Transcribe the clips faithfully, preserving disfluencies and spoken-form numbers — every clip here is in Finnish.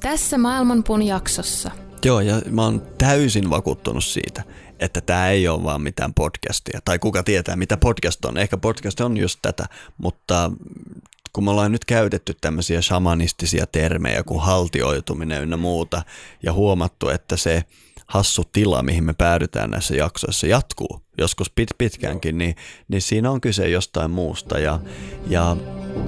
Tässä Maailmanpuun jaksossa. Joo, ja mä oon täysin vakuuttunut siitä, että tää ei ole vaan mitään podcastia. Tai kuka tietää, mitä podcast on. Ehkä podcast on just tätä, mutta kun me ollaan nyt käytetty tämmöisiä shamanistisia termejä kuin haltioituminen ynnä muuta, ja huomattu, että se hassu tila, mihin me päädytään näissä jaksoissa, jatkuu joskus pit, pitkäänkin, niin, niin siinä on kyse jostain muusta. Ja, ja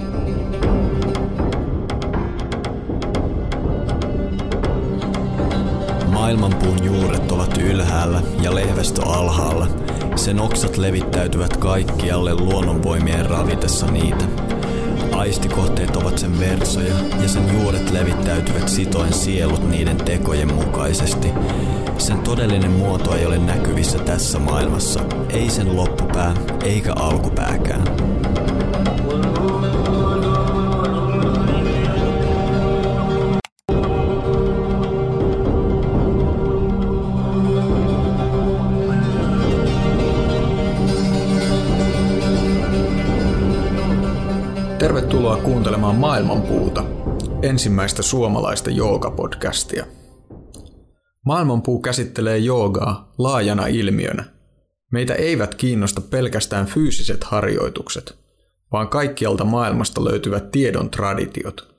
Maailmanpuun juuret ovat ylhäällä ja lehvästö alhaalla. Sen oksat levittäytyvät kaikkialle luonnonvoimien ravitessa niitä. Aistikohteet ovat sen versoja ja sen juuret levittäytyvät sitoen sielut niiden tekojen mukaisesti. Sen todellinen muoto ei ole näkyvissä tässä maailmassa, ei sen loppupää eikä alkupääkään. Tervetuloa kuuntelemaan Maailmanpuuta, ensimmäistä suomalaista joogapodcastia. Maailmanpuu käsittelee joogaa laajana ilmiönä. Meitä eivät kiinnosta pelkästään fyysiset harjoitukset, vaan kaikkialta maailmasta löytyvät tiedon traditiot.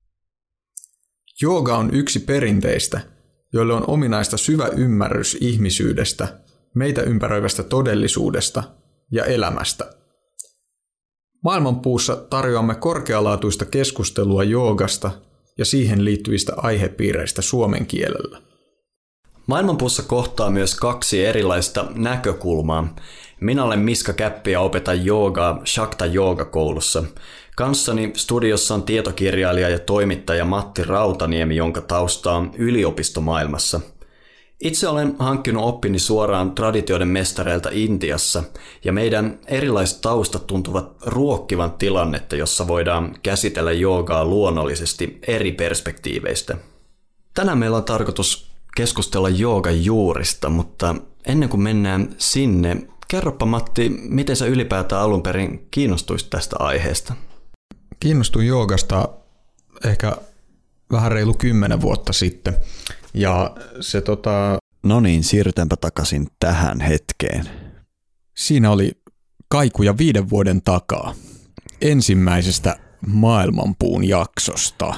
Jooga on yksi perinteistä, joille on ominaista syvä ymmärrys ihmisyydestä, meitä ympäröivästä todellisuudesta ja elämästä. Maailmanpuussa tarjoamme korkealaatuista keskustelua joogasta ja siihen liittyvistä aihepiireistä suomen kielellä. Maailmanpuussa kohtaa myös kaksi erilaista näkökulmaa. Minä olen Miska Käppi ja opetan joogaa Shakta Joogakoulussa. Kanssani studiossa on tietokirjailija ja toimittaja Matti Rautaniemi, jonka tausta on yliopistomaailmassa. Itse olen hankkinut oppini suoraan traditioiden mestareilta Intiassa, ja meidän erilaiset taustat tuntuvat ruokkivan tilannetta, jossa voidaan käsitellä joogaa luonnollisesti eri perspektiiveistä. Tänään meillä on tarkoitus keskustella joogan juurista, mutta ennen kuin mennään sinne, kerropa Matti, miten sä ylipäätään alun perin kiinnostuisit tästä aiheesta? Kiinnostuin joogasta ehkä vähän reilu kymmenen vuotta sitten. Ja se tota... No niin, siirrytäänpä takaisin tähän hetkeen. Siinä oli kaikuja viiden vuoden takaa ensimmäisestä Maailmanpuun jaksosta.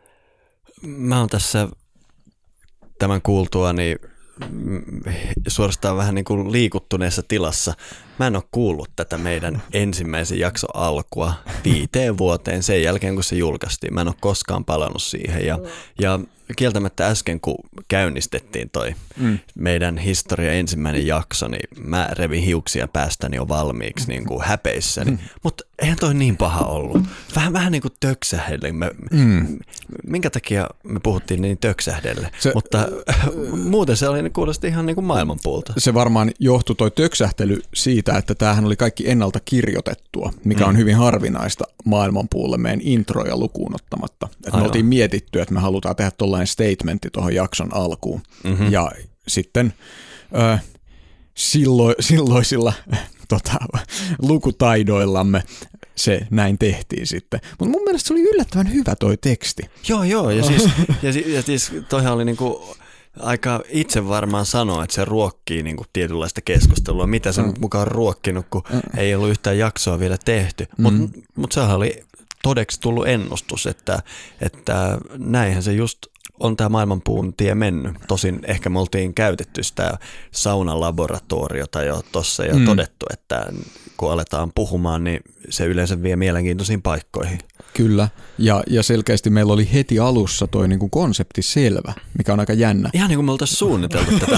Mä oon tässä tämän kuultuani suorastaan vähän niin kuin liikuttuneessa tilassa. Mä en ole kuullut tätä meidän ensimmäisen jakson alkua viiteen vuoteen sen jälkeen, kun se julkaistiin. Mä en ole koskaan palannut siihen. Ja, ja kieltämättä äsken, kun käynnistettiin toi mm. meidän historia ensimmäinen jakso, niin mä revin hiuksia päästäni jo valmiiksi niin kuin häpeissäni. Mm. Mutta eihän toi niin paha ollut. Vähän, vähän niin kuin töksähdelle. Me, mm. Minkä takia me puhuttiin niin töksähdelle? Se, Mutta äh, muuten se oli, kuulosti ihan niin kuin maailmanpuulta. Se varmaan johtui toi töksähtely siitä, että tämähän oli kaikki ennalta kirjoitettua, mikä mm. on hyvin harvinaista maailmanpuulle meidän introja lukuun ottamatta. Et me oltiin mietitty, että me halutaan tehdä tollainen statementti tuohon jakson alkuun. Mm-hmm. Ja sitten äh, sillo, silloisilla äh, tota, lukutaidoillamme se näin tehtiin sitten. Mutta mun mielestä se oli yllättävän hyvä toi teksti. Joo, joo. Ja siis, ja, ja siis toihan oli niinku aika itse varmaan sanoa, että se ruokkii niinku tietynlaista keskustelua. Mitä se mm. mukaan on ruokkinut, kun mm. ei ollut yhtään jaksoa vielä tehty. Mutta mm. mut sehän oli todeksi tullut ennustus, että, että näinhän se just on tämä maailmanpuun tie mennyt. Tosin ehkä me oltiin käytetty sitä saunalaboratoriota jo tuossa ja mm. todettu, että kun aletaan puhumaan, niin se yleensä vie mielenkiintoisiin paikkoihin. Kyllä, ja, ja selkeästi meillä oli heti alussa toi niin kuin konsepti selvä, mikä on aika jännä. Ihan niin kuin me oltaisiin suunniteltu tätä.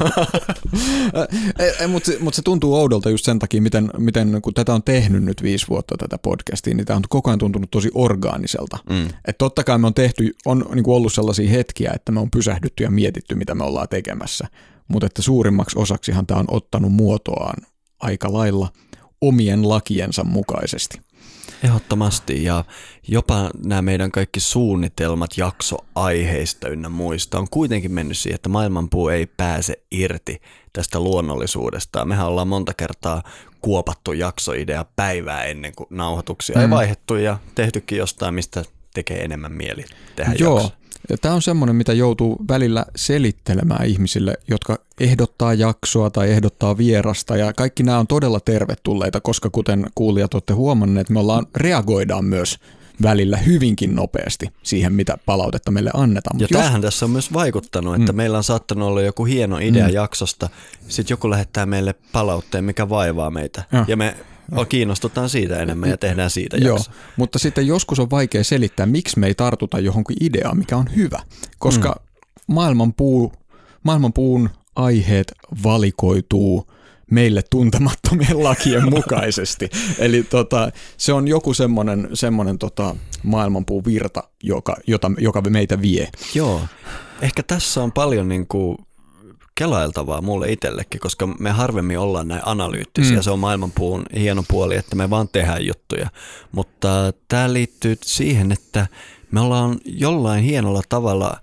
Mutta se, mut se tuntuu oudolta just sen takia, miten, miten kun tätä on tehnyt nyt viisi vuotta tätä podcastia, niin tämä on koko ajan tuntunut tosi orgaaniselta. Mm. Että totta kai me on tehty, on niin kuin ollut sellaisia hetkiä, että me on pysähdytty ja mietitty, mitä me ollaan tekemässä. Mutta että suurimmaksi osaksihan tämä on ottanut muotoaan aika lailla omien lakiensa mukaisesti. Ehdottomasti, ja jopa nämä meidän kaikki suunnitelmat jaksoaiheista ynnä muista on kuitenkin mennyt siihen, että maailmanpuu ei pääse irti tästä luonnollisuudesta. Mehän ollaan monta kertaa kuopattu jaksoidea päivää ennen kuin nauhoituksia mm. ei vaihdettu ja tehtykin jostain, mistä tekee enemmän mieli tehdä Joo. jakso. Tämä on semmoinen, mitä joutuu välillä selittelemään ihmisille, jotka ehdottaa jaksoa tai ehdottaa vierasta, ja kaikki nämä on todella tervetulleita, koska kuten kuulijat olette huomanneet, me ollaan, reagoidaan myös välillä hyvinkin nopeasti siihen, mitä palautetta meille annetaan. Ja Mut tämähän jos... tässä on myös vaikuttanut, että mm. meillä on saattanut olla joku hieno idea mm. jaksosta, sitten joku lähettää meille palautteen, mikä vaivaa meitä, ja, ja me kiinnostutaan siitä enemmän ja tehdään siitä Joo, jakso. Mutta sitten joskus on vaikea selittää, miksi me ei tartuta johonkin ideaan, mikä on hyvä, koska mm. maailmanpuu, maailmanpuun aiheet valikoituu meille tuntemattomien lakien mukaisesti. Eli tota, se on joku semmoinen, semmoinen tota, maailmanpuun virta, joka, jota, joka meitä vie. Joo, ehkä tässä on paljon niin kuin kelailtavaa mulle itsellekin, koska me harvemmin ollaan näin analyyttisiä. Mm. Se on maailmanpuun hieno puoli, että me vaan tehdään juttuja. Mutta tämä liittyy siihen, että me ollaan jollain hienolla tavalla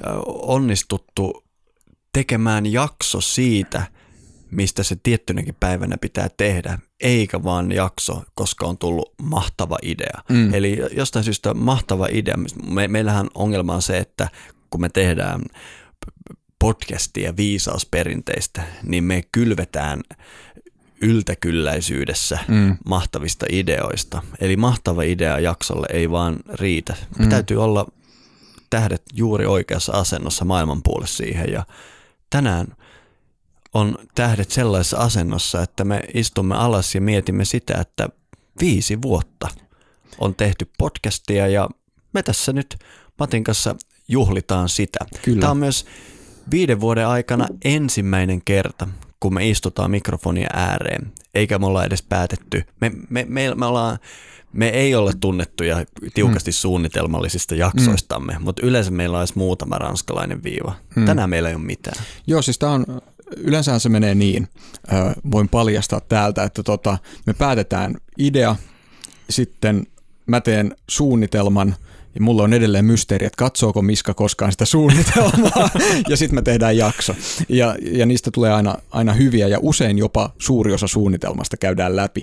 onnistuttu tekemään jakso siitä, mistä se tiettynäkin päivänä pitää tehdä, eikä vaan jakso, koska on tullut mahtava idea. Mm. Eli jostain syystä mahtava idea. Me, meillähän ongelma on se, että kun me tehdään podcastia viisausperinteistä, niin me kylvetään yltäkylläisyydessä mm. mahtavista ideoista. Eli mahtava idea jaksolle ei vaan riitä. Mm. Täytyy olla tähdet juuri oikeassa asennossa maailmanpuolelle siihen, ja tänään on tähdet sellaisessa asennossa, että me istumme alas ja mietimme sitä, että viisi vuotta on tehty podcastia, ja me tässä nyt Matin kanssa juhlitaan sitä. Kyllä. Tämä on myös viiden vuoden aikana ensimmäinen kerta, kun me istutaan mikrofonia ääreen, eikä me olla edes päätetty. Me, me, me, me, ollaan, me ei ole tunnettuja tiukasti mm. suunnitelmallisista jaksoistamme, mm. mutta yleensä meillä on edes muutama ranskalainen viiva. Mm. Tänään meillä ei ole mitään. Joo, siis tämä on, yleensähän se menee niin, voin paljastaa täältä, että tota, me päätetään idea, sitten mä teen suunnitelman, ja mulla on edelleen mysteeri, että katsooko Miska koskaan sitä suunnitelmaa, ja sitten me tehdään jakso. Ja, ja niistä tulee aina, aina hyviä, ja usein jopa suuri osa suunnitelmasta käydään läpi.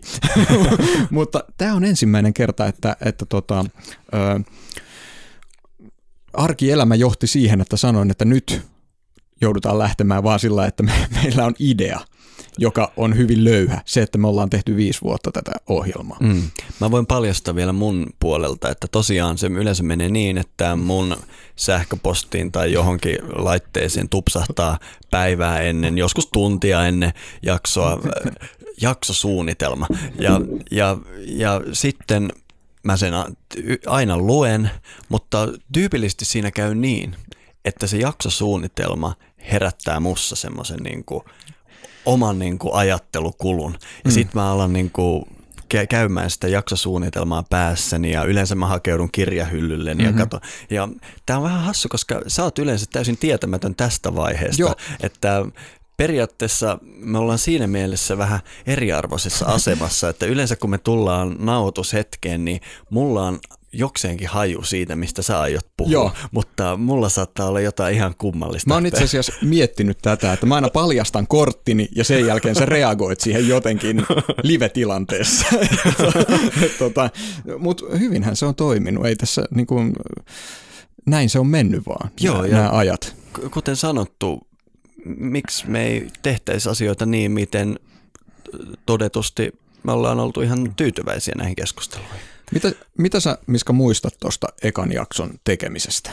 Mutta tämä on ensimmäinen kerta, että, että tota, ö, arkielämä johti siihen, että sanoin, että nyt joudutaan lähtemään vaan sillä, että me, meillä on idea, joka on hyvin löyhä. Se, että me ollaan tehty viisi vuotta tätä ohjelmaa. Mm. Mä voin paljastaa vielä mun puolelta, että tosiaan se yleensä menee niin, että mun sähköpostiin tai johonkin laitteeseen tupsahtaa päivää ennen, joskus tuntia ennen jaksoa, jaksosuunnitelma. Ja, ja, ja sitten mä sen aina luen, mutta tyypillisesti siinä käy niin, että se jaksosuunnitelma herättää mussa semmoisen niin kuin oman niin kuin ajattelukulun. Ja mm. sitten mä alan niin kuin käymään sitä jaksosuunnitelmaa päässäni, ja yleensä mä hakeudun kirjahyllylleni mm-hmm. ja katon. Ja tää on vähän hassu, koska sä oot yleensä täysin tietämätön tästä vaiheesta, Joo. että periaatteessa me ollaan siinä mielessä vähän eriarvoisessa asemassa, että yleensä kun me tullaan nauhoitushetkeen, niin mulla on jokseenkin haju siitä, mistä sä aiot puhua, Joo. mutta mulla saattaa olla jotain ihan kummallista. Mä oon itse asiassa miettinyt tätä, että mä aina paljastan korttini ja sen jälkeen sä reagoit siihen jotenkin live-tilanteessa. tota, mutta hyvinhän se on toiminut, ei tässä niin kuin, näin se on mennyt vaan, Joo, nämä, nämä ajat. Kuten sanottu, miksi me ei tehtäisi asioita niin, miten todetusti me ollaan oltu ihan tyytyväisiä näihin keskusteluihin. Mitä, mitä sä, Miska, muistat tuosta ekan jakson tekemisestä?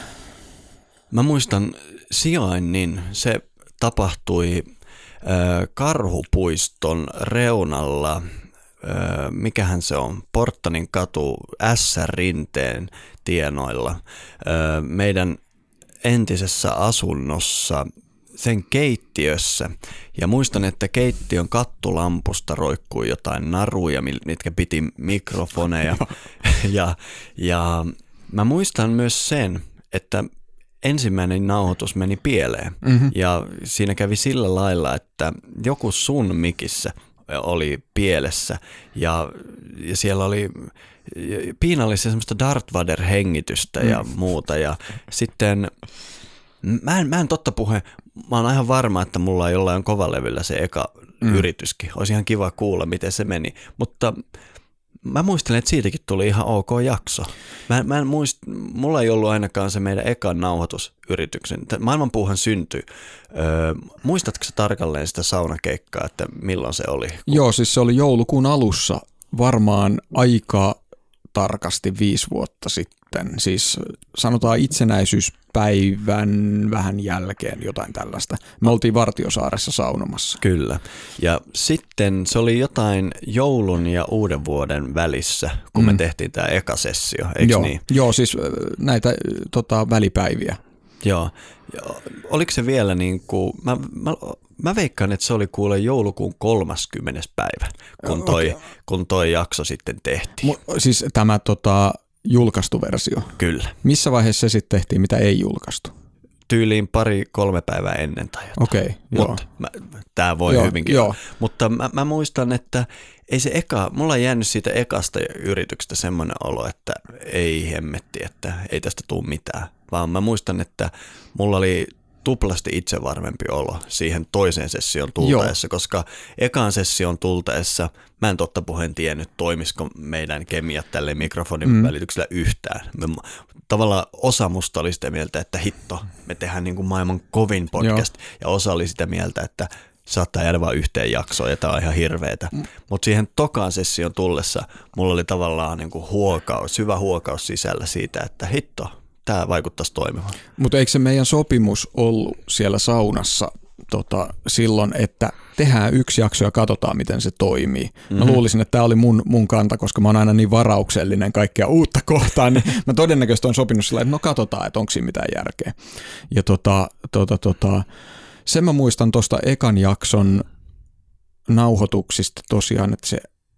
Mä muistan sijainnin. Se tapahtui äh, Karhupuiston reunalla, äh, mikähän se on, Porttanin katu S-rinteen tienoilla. Äh, meidän entisessä asunnossa, sen keittiössä, ja muistan, että keittiön kattolampusta roikkui jotain naruja, mitkä piti mikrofoneja, ja, ja mä muistan myös sen, että ensimmäinen nauhoitus meni pieleen, mm-hmm. ja siinä kävi sillä lailla, että joku sun mikissä oli pielessä, ja, ja siellä oli piinallista semmoista Darth Vader-hengitystä mm. ja muuta, ja sitten Mä en, mä en totta puhe, mä oon ihan varma, että mulla on jollain kovalevyllä se eka mm. yrityskin. Olisi ihan kiva kuulla, miten se meni. Mutta mä muistelen, että siitäkin tuli ihan ok jakso. Mä, mä en muist, mulla ei ollut ainakaan se meidän ekan nauhoitusyrityksen. Maailmanpuuhan syntyi. Öö, muistatko sä tarkalleen sitä saunakeikkaa, että milloin se oli? Joo, siis se oli joulukuun alussa varmaan aika tarkasti viisi vuotta sitten. Siis sanotaan itsenäisyyspäivän vähän jälkeen jotain tällaista. Me oltiin Vartiosaaressa saunomassa. Kyllä. Ja sitten se oli jotain joulun ja uuden vuoden välissä, kun mm. me tehtiin tämä eka sessio, eikö Joo. niin? Joo, siis näitä tota, välipäiviä. Joo. Oliko se vielä niin kuin, mä, mä, mä veikkaan, että se oli kuule joulukuun kolmaskymmenes päivä, kun toi, okay. kun toi jakso sitten tehtiin. Mu- siis tämä tota, julkaistu versio. Kyllä. Missä vaiheessa se sitten tehtiin, mitä ei julkaistu? Tyyliin pari, kolme päivää ennen tai jotain. Okei, okay, joo. Tämä voi joo, hyvinkin joo. olla. Mutta mä, mä muistan, että ei se eka, mulla on jäänyt siitä ekasta yrityksestä semmoinen olo, että ei hemmetti, että ei tästä tule mitään. Vaan mä muistan, että mulla oli tuplasti itsevarmempi olo siihen toiseen sessioon tultaessa, Joo. koska ekaan sessioon tultaessa mä en totta puheen tiennyt, toimisiko meidän kemiat tälle mikrofonin mm. välityksellä yhtään. Me, tavallaan osa musta oli sitä mieltä, että hitto, me tehdään niin kuin maailman kovin podcast, Joo. ja osa oli sitä mieltä, että saattaa jäädä vain yhteen jaksoon ja tämä on ihan hirveetä. Mm. Mutta siihen tokaan sessioon tullessa mulla oli tavallaan niin kuin huokaus, syvä huokaus sisällä siitä, että hitto, tämä vaikuttaisi toimivan. Mutta eikö se meidän sopimus ollut siellä saunassa tota, silloin, että tehdään yksi jakso ja katsotaan, miten se toimii. Mm-hmm. Mä luulisin, että tämä oli mun, mun kanta, koska mä oon aina niin varauksellinen kaikkea uutta kohtaan, niin mä todennäköisesti oon sopinut sillä, että no katsotaan, että onko siinä mitään järkeä. Ja tota, tota, tota, sen mä muistan tuosta ekan jakson nauhoituksista tosiaan, että se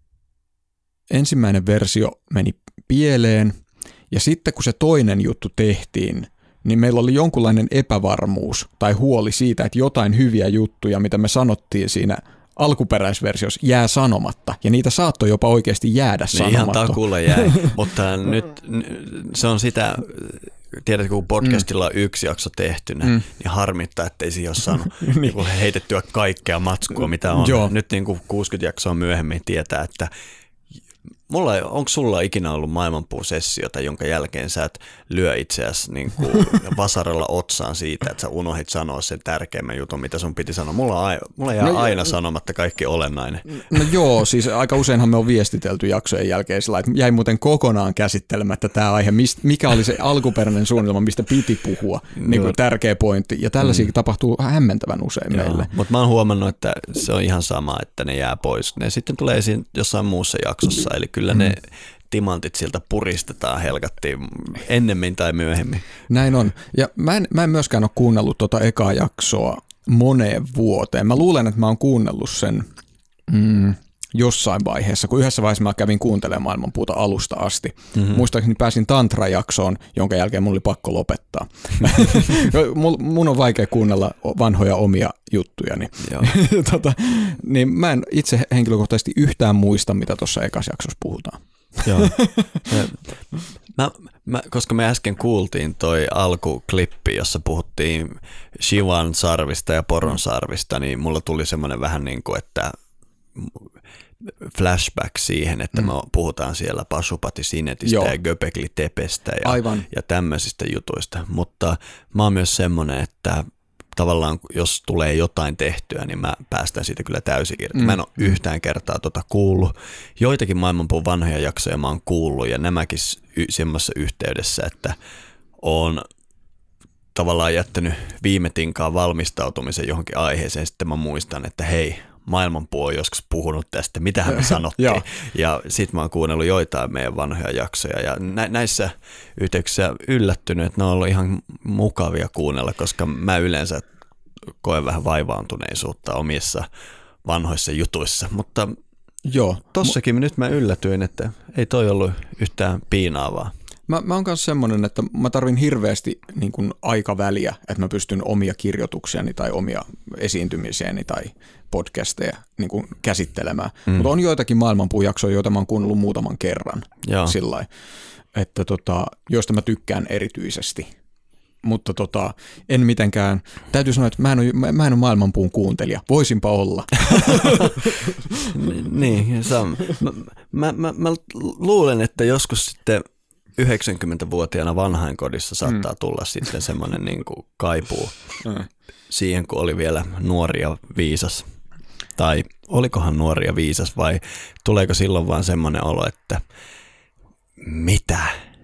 ensimmäinen versio meni pieleen, ja sitten kun se toinen juttu tehtiin, niin meillä oli jonkunlainen epävarmuus tai huoli siitä, että jotain hyviä juttuja, mitä me sanottiin siinä alkuperäisversiossa, jää sanomatta. Ja niitä saattoi jopa oikeasti jäädä niin sanomatta. Ihan takuulle jäi, mutta nyt se on sitä, tiedätkö, kun podcastilla on yksi jakso tehtynä, mm. niin harmittaa, ettei siihen ole saanut niin heitettyä kaikkea matskua, mitä on. Joo. Nyt niin kuin kuusikymmentä jaksoa myöhemmin tietää, että Mulla, onko sulla ikinä ollut maailmanpuusessiota, jonka jälkeen sä et lyö itseäsi niin kuin vasaralla otsaan siitä, että sä unohdit sanoa sen tärkeimmän jutun, mitä sun piti sanoa? Mulla, on, mulla jää no, aina sanomatta kaikki olennainen. No joo, siis aika useinhan me on viestitelty jaksojen jälkeen sillä, että jäi muuten kokonaan käsittelemättä tämä aihe, mikä oli se alkuperäinen suunnitelma, mistä piti puhua, niin kuin tärkeä pointti. Ja tällaisia mm. tapahtuu hämmentävän usein joo, meille. Mutta mä oon huomannut, että se on ihan sama, että ne jää pois. Ne sitten tulee esiin jossain muussa jaksossa, eli kyllä ne timantit sieltä puristetaan helkattiin ennemmin tai myöhemmin. Näin on. Ja mä en, mä en myöskään ole kuunnellut tuota ekaa jaksoa moneen vuoteen. Mä luulen, että mä oon kuunnellut sen mm, jossain vaiheessa, kun yhdessä vaiheessa mä kävin kuuntelemaan maailmanpuuta alusta asti. Mm-hmm. Muistaakseni pääsin tantra-jaksoon, jonka jälkeen mun oli pakko lopettaa. Mun on vaikea kuunnella vanhoja omia juttuja. Niin, tota, niin mä en itse henkilökohtaisesti yhtään muista, mitä tuossa ekassa jaksossa puhutaan. Joo. Mä, mä, koska me äsken kuultiin toi alkuklippi, jossa puhuttiin Shivan sarvista ja poron sarvista, niin mulla tuli semmoinen vähän niin kuin, että flashback siihen, että mm. me puhutaan siellä Pashupati Sinetistä Joo. ja Göbekli Tepestä ja, ja tämmöisistä jutuista, mutta mä oon myös semmoinen, että tavallaan jos tulee jotain tehtyä, niin mä päästän siitä kyllä täysin irti. Mm. Mä en ole yhtään kertaa tota kuullut. Joitakin maailmanpuun vanhoja jaksoja mä oon kuullut ja nämäkin y- semmoisessa yhteydessä, että oon tavallaan jättänyt viime tinkaan valmistautumisen johonkin aiheeseen. Sitten mä muistan, että hei, maailmanpuu on joskus puhunut tästä, mitähän me sanottiin. Ja sit mä oon kuunnellut joitain meidän vanhoja jaksoja ja nä- näissä yhteyksissä yllättynyt, että ne on ollut ihan mukavia kuunnella, koska mä yleensä koen vähän vaivaantuneisuutta omissa vanhoissa jutuissa, mutta Joo. tossakin nyt mä yllätyin, että ei toi ollut yhtään piinaavaa. Mä, mä oon myös semmoinen, että mä tarvin hirveästi niin kuin aikaväliä, että mä pystyn omia kirjoituksiani tai omia esiintymisiäni tai podcasteja niin kuin käsittelemään. Mm. Mutta on joitakin maailmanpuujaksoja, joita mä oon kuunnellut muutaman kerran, sillai, että tota, joista mä tykkään erityisesti. mutta tota, en mitenkään, täytyy sanoa, että mä en ole, mä, mä en ole maailmanpuun kuuntelija, voisinpa olla. Niin, Sam. Mä, mä, mä, mä luulen, että joskus sitten yhdeksänkymmentävuotiaana vanhainkodissa saattaa mm. tulla sitten semmoinen niin kuin kaipuu mm. siihen, kun oli vielä nuori ja viisas. Tai olikohan nuori ja viisas vai tuleeko silloin vaan semmoinen olo, että mitä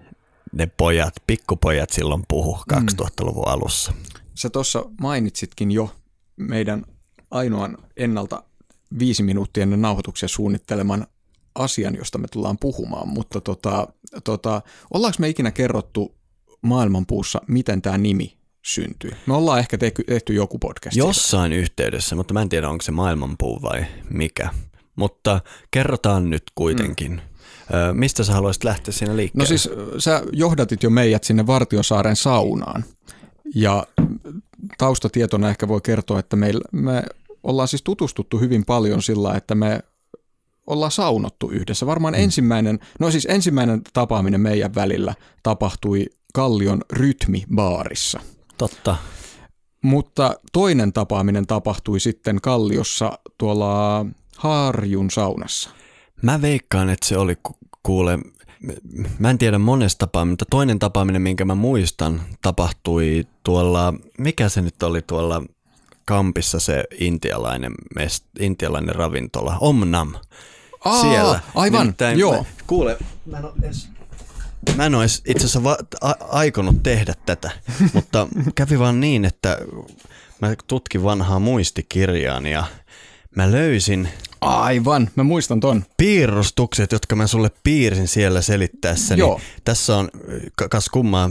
ne pojat, pikkupojat silloin puhu kaksituhattaluvun alussa. Sä tuossa mainitsitkin jo meidän ainoan ennalta viisi minuuttia ennen nauhoituksia suunnitteleman asian, josta me tullaan puhumaan, mutta tota, tota, ollaanko me ikinä kerrottu Maailmanpuussa, miten tämä nimi syntyy? Me ollaan ehkä tehty, tehty joku podcast. Jossain siitä yhteydessä, mutta mä en tiedä, onko se Maailmanpuu vai mikä. Mutta kerrotaan nyt kuitenkin. Mm. Ö, mistä sä haluaisit lähteä siinä liikkeelle? No siis sä johdatit jo meidät sinne Vartiosaaren saunaan. Ja taustatietona ehkä voi kertoa, että meillä, me ollaan siis tutustuttu hyvin paljon sillä, että me ollaan saunottu yhdessä. Varmaan mm. ensimmäinen, no siis ensimmäinen tapaaminen meidän välillä tapahtui Kallion Rytmibaarissa. Totta. Mutta toinen tapaaminen tapahtui sitten Kalliossa tuolla Harjun saunassa. Mä veikkaan, että se oli kuule, mä en tiedä monesta tapaamista, mutta toinen tapaaminen, minkä mä muistan, tapahtui tuolla, mikä se nyt oli tuolla Kampissa se intialainen, mest, intialainen ravintola, Omnam. Aa, siellä. Aivan, Nimittäin, joo. Mä, kuule, mä en ole edes... Mä en olisi itse asiassa va- a- aikonut tehdä tätä, mutta kävi vaan niin, että mä tutkin vanhaa muistikirjaani ja mä löysin Aivan, mä muistan ton. piirustukset, jotka mä sulle piirsin siellä selittäessäni. Joo. Tässä on kas kummaa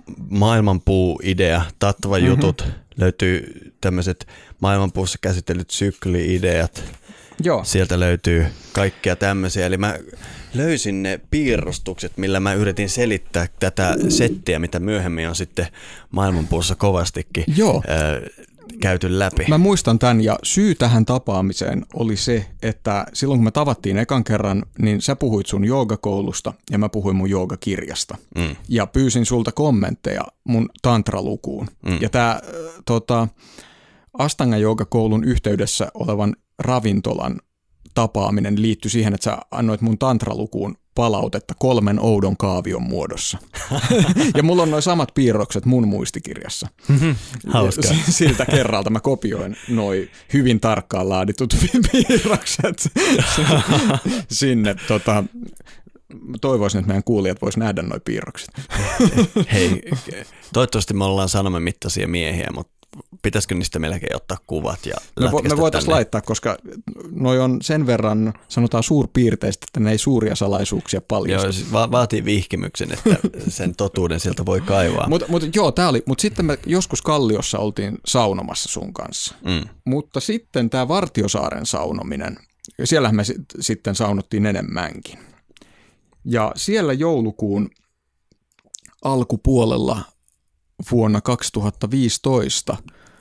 maailmanpuu-idea, tattva-jutut, mm-hmm. löytyy tämmöiset maailmanpuussa käsitellyt sykli-ideat. Joo. Sieltä löytyy kaikkea tämmöisiä, eli mä löysin ne piirustukset, millä mä yritin selittää tätä settiä, mitä myöhemmin on sitten maailmanpuussa kovastikin Joo. Ö, käyty läpi. Mä muistan tämän, ja syy tähän tapaamiseen oli se, että silloin kun me tavattiin ekan kerran, niin sä puhuit sun joogakoulusta ja mä puhuin mun joogakirjasta. Mm. Ja pyysin sulta kommentteja mun tantralukuun. Mm. Ja tää tota, Astanga joogakoulun yhteydessä olevan ravintolan tapaaminen liittyi siihen, että sä annoit mun tantralukuun palautetta kolmen oudon kaavion muodossa. Ja mulla on noin samat piirrokset mun muistikirjassa. Hauska. Siltä kerralta mä kopioin noin hyvin tarkkaan laaditut piirrokset sinne. Tota, toivoisin, että meidän kuulijat vois nähdä noin piirrokset. Hei, toivottavasti me ollaan sanomamittaisia miehiä, mutta pitäisikö niistä melkein ottaa kuvat ja Me, vo, me voitaisiin laittaa, koska noi on sen verran, sanotaan suurpiirteistä, että ne ei suuria salaisuuksia paljasta. Joo, siis va- vaatii vihkimyksen, että sen totuuden sieltä voi kaivaa. Mutta mut, joo, tää oli, mutta sitten me joskus Kalliossa oltiin saunomassa sun kanssa. Mm. Mutta sitten tämä Vartiosaaren saunominen, siellähän me sit, sitten saunottiin enemmänkin. Ja siellä joulukuun alkupuolella vuonna kaksituhattaviisitoista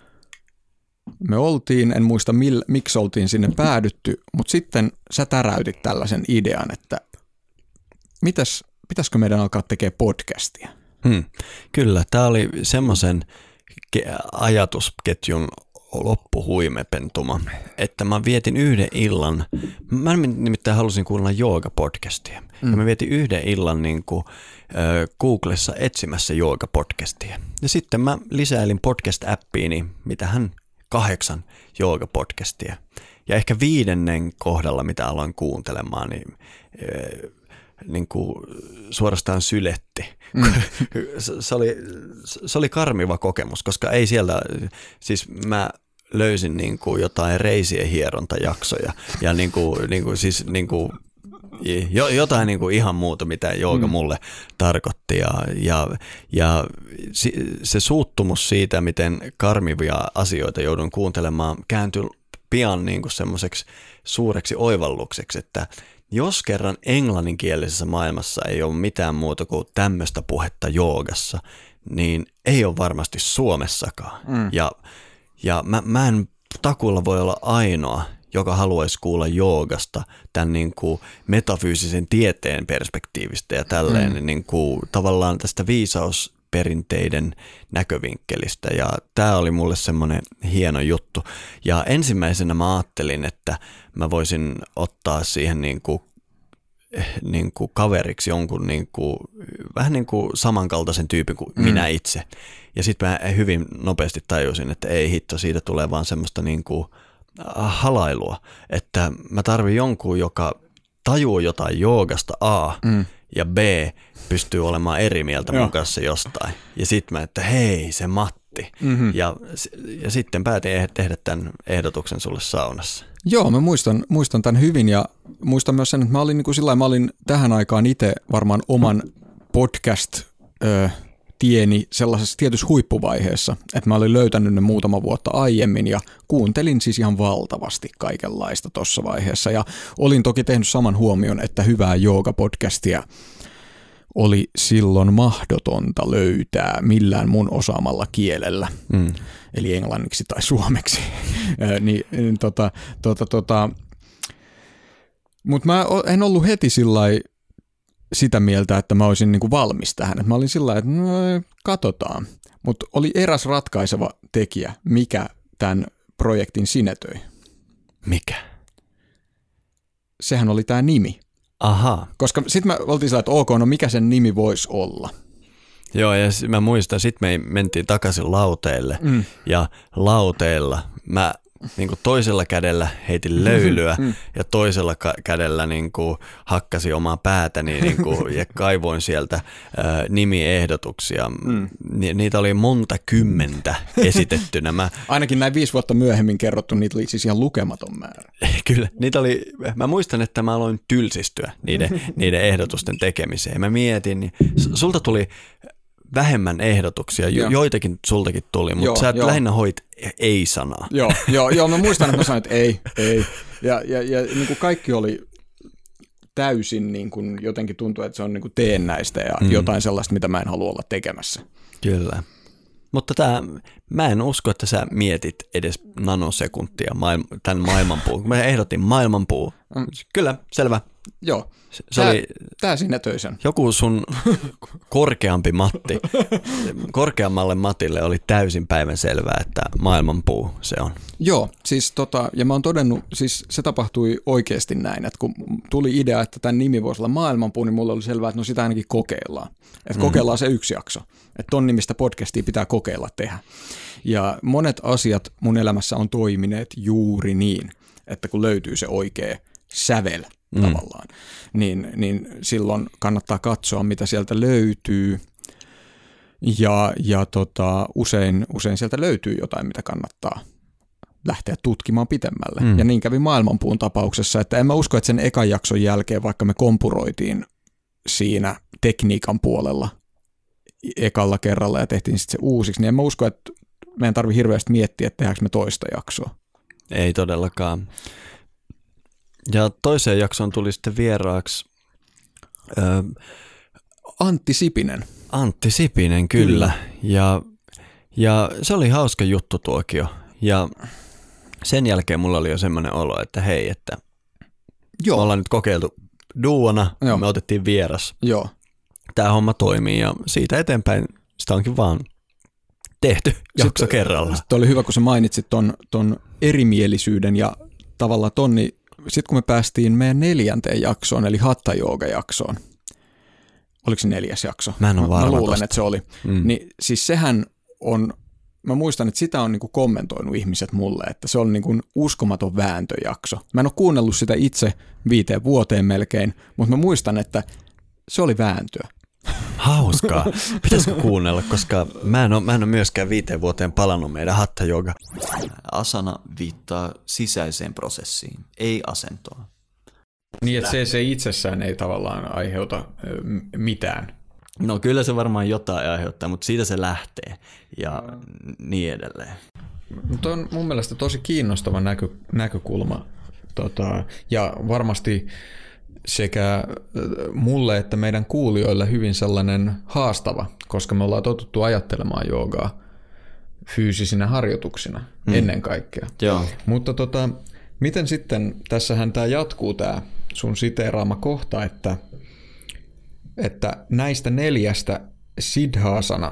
me oltiin, en muista mil, miksi oltiin sinne päädytty, mutta sitten sä täräytit tällaisen idean, että mitäs, pitäisikö meidän alkaa tekemään podcastia? Hmm, kyllä, tämä oli semmoisen ajatusketjun loppuhuimepentuma, että mä vietin yhden illan, mä nimittäin halusin kuulla jooga-podcastia, mm. ja mä vietin yhden illan niin kuin, äh, Googlessa etsimässä jooga-podcastia. Ja sitten mä lisäilin podcast-appiini, mitähän kahdeksan jooga-podcastia. Ja ehkä viidennen kohdalla, mitä aloin kuuntelemaan, niin, äh, niin kuin suorastaan syletti. Mm. se, oli, se oli karmiva kokemus, koska ei sieltä, siis mä löysin niin kuin jotain reisien hierontajaksoja ja niin kuin, niin kuin, siis niin kuin jotain niin kuin ihan muuta, mitä jooga mulle tarkoitti. Ja, ja, ja se suuttumus siitä, miten karmivia asioita joudun kuuntelemaan, kääntyi pian niin kuin semmoiseksi suureksi oivallukseksi, että jos kerran englanninkielisessä maailmassa ei ole mitään muuta kuin tämmöistä puhetta joogassa, niin ei ole varmasti Suomessakaan. Mm. Ja, ja mä, mä en takuilla voi olla ainoa, joka haluaisi kuulla joogasta tämän niin kuin metafyysisen tieteen perspektiivistä ja tälleen mm. niin kuin tavallaan tästä viisaus perinteiden näkövinkkelistä ja tämä oli mulle semmoinen hieno juttu. Ja ensimmäisenä mä ajattelin, että mä voisin ottaa siihen niin kuin, niin kuin kaveriksi jonkun niin kuin, vähän niin kuin samankaltaisen tyypin kuin mm. minä itse. Ja sitten mä hyvin nopeasti tajusin, että ei hitto, siitä tulee vaan semmoista niin kuin halailua, että mä tarvin jonkun, joka tajuu jotain joogasta A mm. ja B pystyy olemaan eri mieltä mun kanssa jostain. Ja sitten mä, että hei, se Matti. Mm-hmm. Ja, ja sitten päätin tehdä tämän ehdotuksen sulle saunassa. Joo, mä muistan, muistan tämän hyvin ja muistan myös sen, että mä olin, niin kuin sillä lailla, mä olin tähän aikaan itse varmaan oman podcast ö, tieni sellaisessa tietyssä huippuvaiheessa, että mä olin löytänyt ne muutama vuotta aiemmin ja kuuntelin siis ihan valtavasti kaikenlaista tuossa vaiheessa ja olin toki tehnyt saman huomion, että hyvää jooga-podcastia oli silloin mahdotonta löytää millään mun osaamalla kielellä, mm. eli englanniksi tai suomeksi. niin, niin, tota, tota, tota. Mutta mä en ollut heti sillai sitä mieltä, että mä olisin niinku valmis tähän. Et mä olin sillä että no, katsotaan. Mutta oli eräs ratkaiseva tekijä, mikä tämän projektin sinetöi. Mikä? Sehän oli tämä nimi. Aha. Koska sitten mä oltiin sillä, että ok, no mikä sen nimi voisi olla? Joo, ja mä muistan, sitten me mentiin takaisin lauteelle, mm. ja lauteella mä niin kuin toisella kädellä heitin löylyä, mm. ja toisella ka- kädellä niin kuin hakkasin omaa päätäni niin kuin, ja kaivoin sieltä ä, nimiehdotuksia. Mm. Ni- niitä oli monta kymmentä esitettynä. Mä, Ainakin näin viisi vuotta myöhemmin kerrottu, niitä oli siis ihan lukematon määrä. Kyllä, niitä oli, mä muistan, että mä aloin tylsistyä niiden, niiden ehdotusten tekemiseen. Mä mietin, niin sulta tuli vähemmän ehdotuksia, jo, joitakin sultakin tuli, mutta joo, sä jo. lähinnä hoit ei-sanaa. Joo, joo, joo, mä muistan, että mä sanoin, että ei, ei. Ja, ja, ja niin kuin kaikki oli täysin, niin kuin jotenkin tuntuu, että se on niin kuin teennäistä ja mm. jotain sellaista, mitä mä en halua olla tekemässä. Kyllä. Mutta tää, mä en usko, että sä mietit edes nanosekuntia maailma, tämän maailmanpuun. Kun mä ehdotin maailmanpuu. Mm. Kyllä, selvä. Joo. Se tää, oli tää sinetöi sen. Joku sun korkeampi Matti, korkeammalle Matille oli täysin päivänselvää, että maailmanpuu se on. Joo, siis tota, ja mä oon todennut, siis se tapahtui oikeasti näin, että kun tuli idea, että tämän nimi voisi olla maailmanpuu, niin mulle oli selvää, että no sitä ainakin kokeillaan. Että kokeillaan mm-hmm. se yksi jakso, että ton nimistä podcastia pitää kokeilla tehdä. Ja monet asiat mun elämässä on toimineet juuri niin, että kun löytyy se oikea sävel, Mm. tavallaan, niin, niin silloin kannattaa katsoa, mitä sieltä löytyy, ja, ja tota, usein, usein sieltä löytyy jotain, mitä kannattaa lähteä tutkimaan pitemmälle. Mm. Ja niin kävi maailmanpuun tapauksessa, että en mä usko, että sen ekan jakson jälkeen, vaikka me kompuroitiin siinä tekniikan puolella ekalla kerralla ja tehtiin sitten se uusiksi, niin en mä usko, että meidän tarvitse hirveästi miettiä, että tehdäänkö me toista jaksoa. Ei todellakaan. Ja toiseen jaksoon tuli sitten vieraaksi ö, Antti Sipinen. Antti Sipinen, kyllä. kyllä. Ja, ja se oli hauska juttu tuokio. Ja sen jälkeen mulla oli jo semmoinen olo, että hei, että Joo. me ollaan nyt kokeiltu duona, Joo. me otettiin vieras. Joo. Tämä homma toimii ja siitä eteenpäin sitä onkin vaan tehty jakso sitten, kerralla. Sitten oli hyvä, kun sä mainitsit ton, ton erimielisyyden ja tavallaan tonni. Sitten kun me päästiin meidän neljänteen jaksoon, eli Hatha Yoga-jaksoon, oliko se neljäs jakso? Mä en ole varma. Mä luulen, tosta. että se oli. Mm. Niin siis sehän on, mä muistan, että sitä on niinku kommentoinut ihmiset mulle, että se on niinku uskomaton vääntöjakso. Mä en ole kuunnellut sitä itse viiteen vuoteen melkein, mutta mä muistan, että se oli vääntöä. Hauskaa. Pitäisikö kuunnella, koska mä en ole, mä en ole myöskään viiteen vuoteen palannut meidän Hatha Yoga. Asana viittaa sisäiseen prosessiin, ei asentoon. Niin, että se, se itsessään ei tavallaan aiheuta mitään. No kyllä se varmaan jotain aiheuttaa, mutta siitä se lähtee ja niin edelleen. Mutta on mun mielestä tosi kiinnostava näkö, näkökulma tota, ja varmasti sekä mulle että meidän kuulijoille hyvin sellainen haastava, koska me ollaan totuttu ajattelemaan joogaa fyysisinä harjoituksina mm. ennen kaikkea. Joo. Mutta tota, miten sitten, tässähän tämä jatkuu tämä sun siteeraama kohta, että, että näistä neljästä siddhasana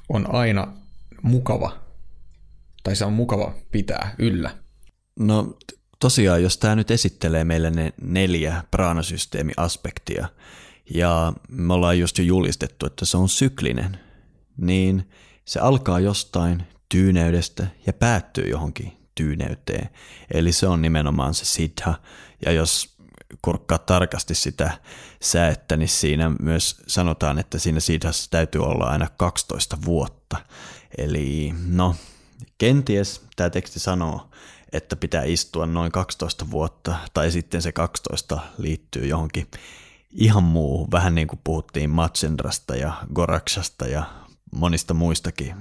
on aina mukava, tai se on mukava pitää yllä? No tosiaan, jos tämä nyt esittelee meille ne neljä praanasysteemiaspektia, ja me ollaan just jo julistettu, että se on syklinen, niin se alkaa jostain tyyneydestä ja päättyy johonkin tyyneyteen. Eli se on nimenomaan se siddha, ja jos kurkkaa tarkasti sitä säettä, niin siinä myös sanotaan, että siinä siddhassa täytyy olla aina kaksitoista vuotta. Eli no, kenties tämä teksti sanoo, että pitää istua noin kaksitoista vuotta, tai sitten se kaksitoista liittyy johonkin ihan muuhun, vähän niin kuin puhuttiin Matsendrasta ja Gorakshasta ja monista muistakin.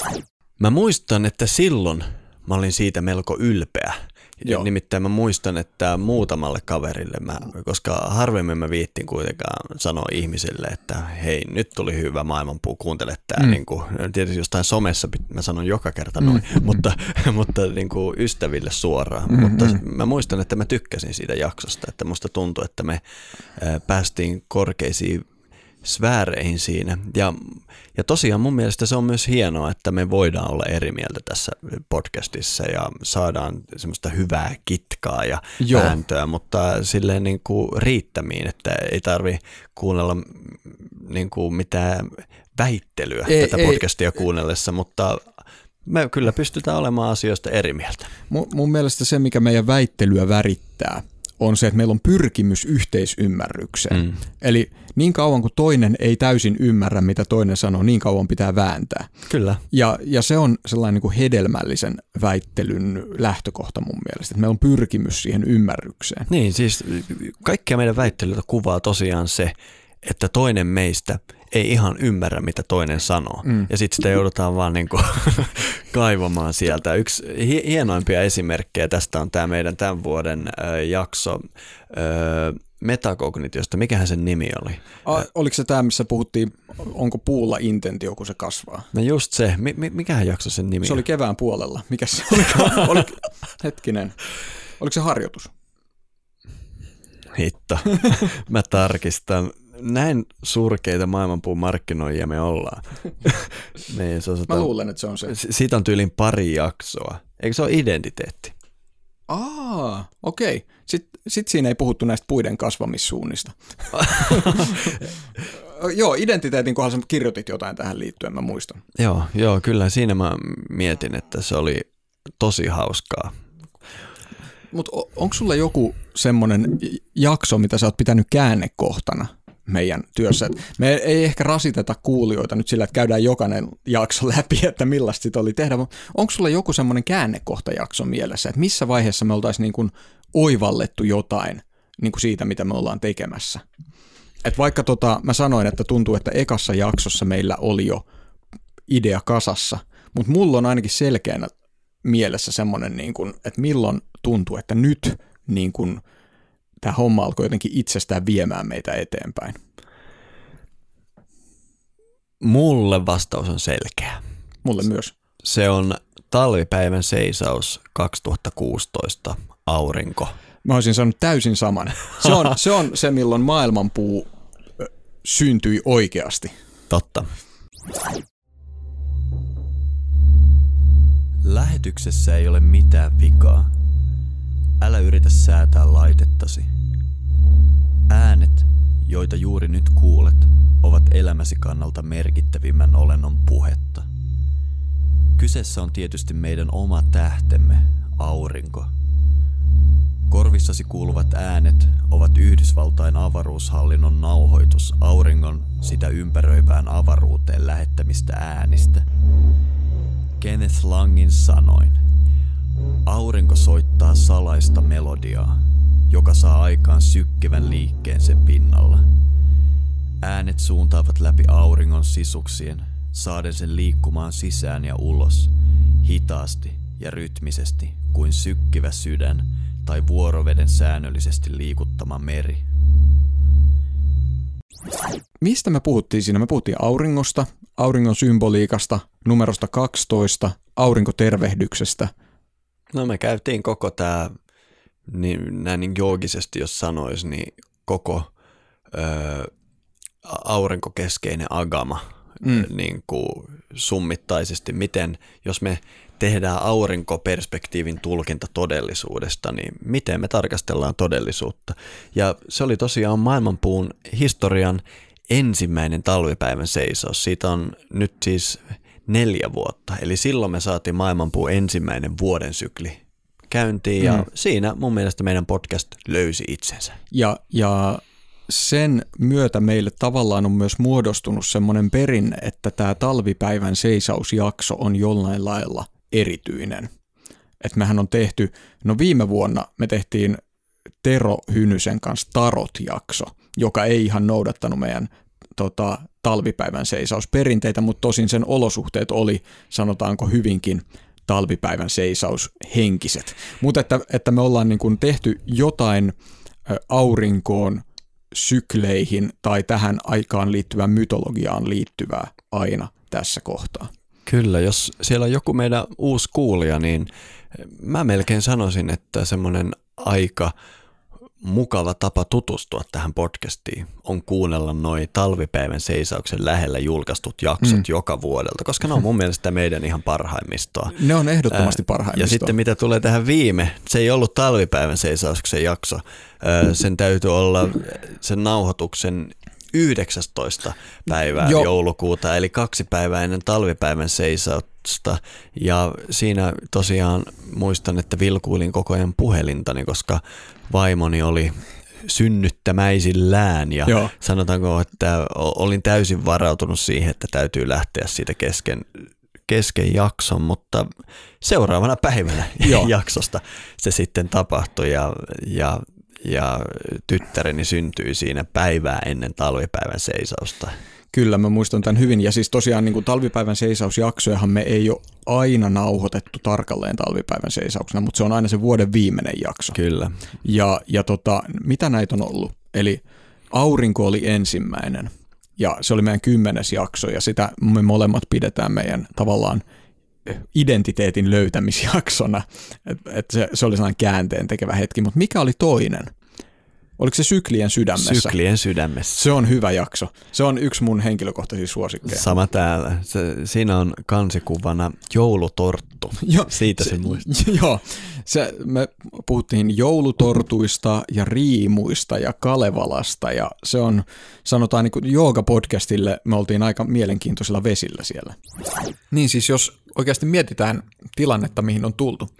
Mä muistan, että silloin mä olin siitä melko ylpeä. Joo. Nimittäin mä muistan, että muutamalle kaverille, mä, koska harvemmin mä viittin kuitenkaan sanoa ihmisille, että hei, nyt tuli hyvä maailmanpuu, kuuntele tää. Mm. Niin kuin, tietysti jostain somessa mä sanon joka kerta noin, mm. mutta, mutta niin kuin ystäville suoraan. Mm-hmm. Mutta mä muistan, että mä tykkäsin siitä jaksosta, että musta tuntui, että me ää, päästiin korkeisiin sfääreihin siinä. Ja, ja tosiaan mun mielestä se on myös hienoa, että me voidaan olla eri mieltä tässä podcastissa ja saadaan semmoista hyvää kitkaa ja Joo. vääntöä, mutta silleen niin kuin riittämiin, että ei tarvi kuunnella niin kuin mitään väittelyä ei, tätä podcastia ei, kuunnellessa, mutta me kyllä pystytään olemaan asioista eri mieltä. Mun, mun mielestä se, mikä meidän väittelyä värittää, on se, että meillä on pyrkimys yhteisymmärrykseen. Mm. Eli niin kauan kuin toinen ei täysin ymmärrä, mitä toinen sanoo, niin kauan pitää vääntää. Kyllä. Ja, ja se on sellainen niin kuin hedelmällisen väittelyn lähtökohta mun mielestä, että meillä on pyrkimys siihen ymmärrykseen. Niin, siis kaikkia meidän väittelyitä kuvaa tosiaan se, että toinen meistä ei ihan ymmärrä, mitä toinen sanoo. Mm. Ja sitten sitä joudutaan vaan niin kuin kaivamaan sieltä. Yksi hienoimpia esimerkkejä tästä on tämä meidän tämän vuoden äh, jakso äh, metakognitiosta. Mikähän sen nimi oli? A, oliko se tämä, missä puhuttiin, onko puulla intentio, kun se kasvaa? No just se. Mi- mikähän jakso sen nimi Se oli kevään puolella. Mikä se oli? oli? Hetkinen. Oliko se harjoitus? Hitto. Mä tarkistan. Näin surkeita maailmanpuun markkinoijia me ollaan. niin, se on Mä luulen, että se on se. Siitä on tyylin pari jaksoa. Eikö se ole identiteetti? Aa, okei. Okay. Sitten sit siinä ei puhuttu näistä puiden kasvamissuunnista. Joo, identiteetin kohdalla kirjoitit jotain tähän liittyen, mä muistan. Joo, joo, kyllä siinä mä mietin, että se oli tosi hauskaa. Mutta onko sulla joku semmoinen jakso, mitä sä oot pitänyt käännekohtana meidän työssä? Me ei ehkä rasiteta kuulijoita nyt sillä, että käydään jokainen jakso läpi, että millaista sitä oli tehdä, mutta onko sulla joku semmoinen käännekohtajakso mielessä, että missä vaiheessa me oltaisiin niin kuin oivallettu jotain niin kuin siitä, mitä me ollaan tekemässä? Et vaikka tota, mä sanoin, että tuntuu, että ekassa jaksossa meillä oli jo idea kasassa, mutta mulla on ainakin selkeänä mielessä semmoinen, niin kuin, että milloin tuntuu, että nyt niin kuin, tämä homma alkoi jotenkin itsestään viemään meitä eteenpäin. Mulle vastaus on selkeä. Mulle myös. Se on talvipäivän seisaus kaksituhattakuusitoista, aurinko. Mä olisin sanonut täysin saman. Se on se, on se milloin maailmanpuu syntyi oikeasti. Totta. Lähetyksessä ei ole mitään vikaa. Älä yritä säätää laitettasi. Äänet, joita juuri nyt kuulet, ovat elämäsi kannalta merkittävimmän olennon puhetta. Kyseessä on tietysti meidän oma tähtemme, aurinko. Korvissasi kuuluvat äänet ovat Yhdysvaltain avaruushallinnon nauhoitus auringon sitä ympäröivään avaruuteen lähettämistä äänistä. Kenneth Langin sanoin, aurinko soittaa salaista melodiaa, joka saa aikaan sykkivän liikkeen sen pinnalla. Äänet suuntaavat läpi auringon sisuksien, saaden sen liikkumaan sisään ja ulos, hitaasti ja rytmisesti kuin sykkivä sydän tai vuoroveden säännöllisesti liikuttama meri. Mistä me puhuttiin siinä? Me puhuttiin auringosta, auringon symboliikasta, numerosta kaksitoista, aurinkotervehdyksestä. No me käytiin koko tämä, niin, näin niin joogisesti jos sanoisi, niin koko ö, aurinkokeskeinen agama mm. niin kuin summittaisesti, miten jos me tehdään aurinkoperspektiivin tulkinta todellisuudesta, niin miten me tarkastellaan todellisuutta. Ja se oli tosiaan maailmanpuun historian ensimmäinen talvipäivän seisaus. Siitä on nyt siis neljä vuotta, eli silloin me saatiin maailmanpuun ensimmäinen vuoden sykli käyntiin, ja mm. siinä mun mielestä meidän podcast löysi itsensä. Ja, ja sen myötä meille tavallaan on myös muodostunut semmoinen perinne, että tämä talvipäivän seisausjakso on jollain lailla erityinen. Että mehän on tehty, no viime vuonna me tehtiin Tero Hynysen kanssa Tarot-jakso, joka ei ihan noudattanut meidän tota, talvipäivän seisausperinteitä, mutta tosin sen olosuhteet oli, sanotaanko hyvinkin, talvipäivän seisaus henkiset. Mutta että, että me ollaan niin kuin tehty jotain aurinkoon, sykleihin tai tähän aikaan liittyvään mytologiaan liittyvää aina tässä kohtaa. Kyllä, jos siellä on joku meidän uusi kuulija, niin mä melkein sanoisin, että semmoinen aika mukava tapa tutustua tähän podcastiin on kuunnella noi talvipäivän seisauksen lähellä julkaistut jaksot mm. joka vuodelta, koska ne on mun mielestä meidän ihan parhaimmistoa. Ne on ehdottomasti parhaimmistoa. Ja sitten mitä tulee tähän viime, se ei ollut talvipäivän seisauksen jakso, sen täytyy olla sen nauhoituksen yhdeksästoista päivää jo. joulukuuta, eli kaksi päivää ennen talvipäivän seisausta, ja siinä tosiaan muistan, että vilkuilin koko ajan puhelintani, koska vaimoni oli synnyttämäisillään, ja Joo. sanotaanko, että olin täysin varautunut siihen, että täytyy lähteä siitä kesken, kesken jakson, mutta seuraavana päivänä jaksosta se sitten tapahtui, ja, ja ja tyttäreni syntyi siinä päivää ennen talvipäivän seisausta. Kyllä, mä muistan tämän hyvin. Ja siis tosiaan niin kuin talvipäivän seisausjaksojahan me ei ole aina nauhoitettu tarkalleen talvipäivän seisauksena, mutta se on aina se vuoden viimeinen jakso. Kyllä. Ja, ja tota, mitä näitä on ollut? Eli aurinko oli ensimmäinen ja se oli meidän kymmenes jakso ja sitä me molemmat pidetään meidän tavallaan identiteetin löytämisjaksona, että et se, se oli sellainen käänteen tekevä hetki, mutta mikä oli toinen? Oliko se Syklien sydämessä? Syklien sydämessä. Se on hyvä jakso. Se on yksi mun henkilökohtaisia suosikkeja. Sama täällä. Se, siinä on kansikuvana joulutorttu. Jo, Siitä se, se muistaa. Joo. Se, me puhuttiin joulutortuista ja riimuista ja Kalevalasta ja se on, sanotaan niin kuin jooga-podcastille, me oltiin aika mielenkiintoisilla vesillä siellä. Niin siis jos oikeasti mietitään tilannetta, mihin on tultu.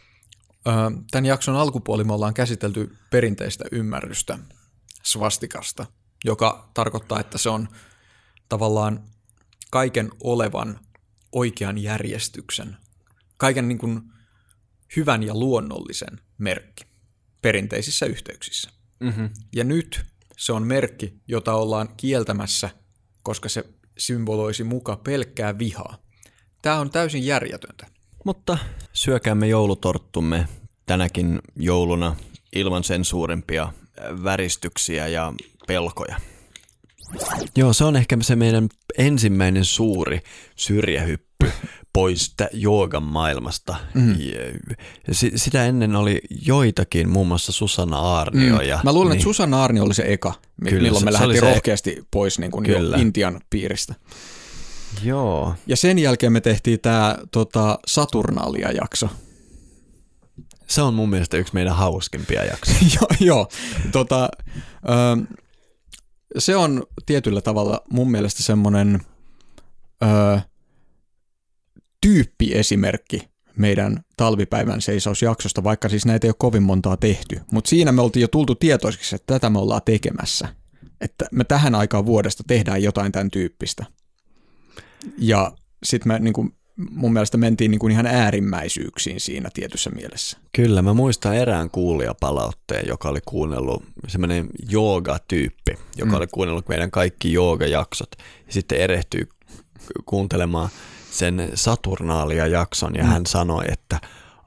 Tämän jakson alkupuoli me ollaan käsitelty perinteistä ymmärrystä svastikasta, joka tarkoittaa, että se on tavallaan kaiken olevan oikean järjestyksen, kaiken niin kuin hyvän ja luonnollisen merkki perinteisissä yhteyksissä. Mm-hmm. Ja nyt se on merkki, jota ollaan kieltämässä, koska se symboloisi muka pelkkää vihaa. Tämä on täysin järjetöntä. Mutta syökäämme joulutorttumme tänäkin jouluna ilman sen suurempia väristyksiä ja pelkoja. Joo, se on ehkä se meidän ensimmäinen suuri syrjähyppy pois joogan maailmasta. Mm. Sitä ennen oli joitakin, muun muassa Susanna Aarnio. Mm. Ja, Mä luulen, niin. että Susanna Aarnio oli se eka, Kyllä, milloin me lähdettiin rohkeasti se... pois niin kuin jo Intian piiristä. Joo. Ja sen jälkeen me tehtiin tämä tota, Saturnalia-jakso. Se on mun mielestä yksi meidän hauskimpia jaksoja. joo, joo. Tota, ö, se on tietyllä tavalla mun mielestä semmoinen ö, tyyppiesimerkki meidän talvipäivän seisausjaksosta, vaikka siis näitä ei ole kovin montaa tehty. Mutta siinä me oltiin jo tultu tietoisiksi, että tätä me ollaan tekemässä. Että me tähän aikaan vuodesta tehdään jotain tämän tyyppistä. Ja sitten me niin kuin, mun mielestä mentiin niin kuin ihan äärimmäisyyksiin siinä tietyssä mielessä. Kyllä, mä muistan erään kuulijapalautteen, joka oli kuunnellut, semmoinen jooga-tyyppi, joka mm. oli kuunnellut meidän kaikki joogajaksot. Ja sitten erehtyi kuuntelemaan sen Saturnaalia-jakson ja mm. hän sanoi, että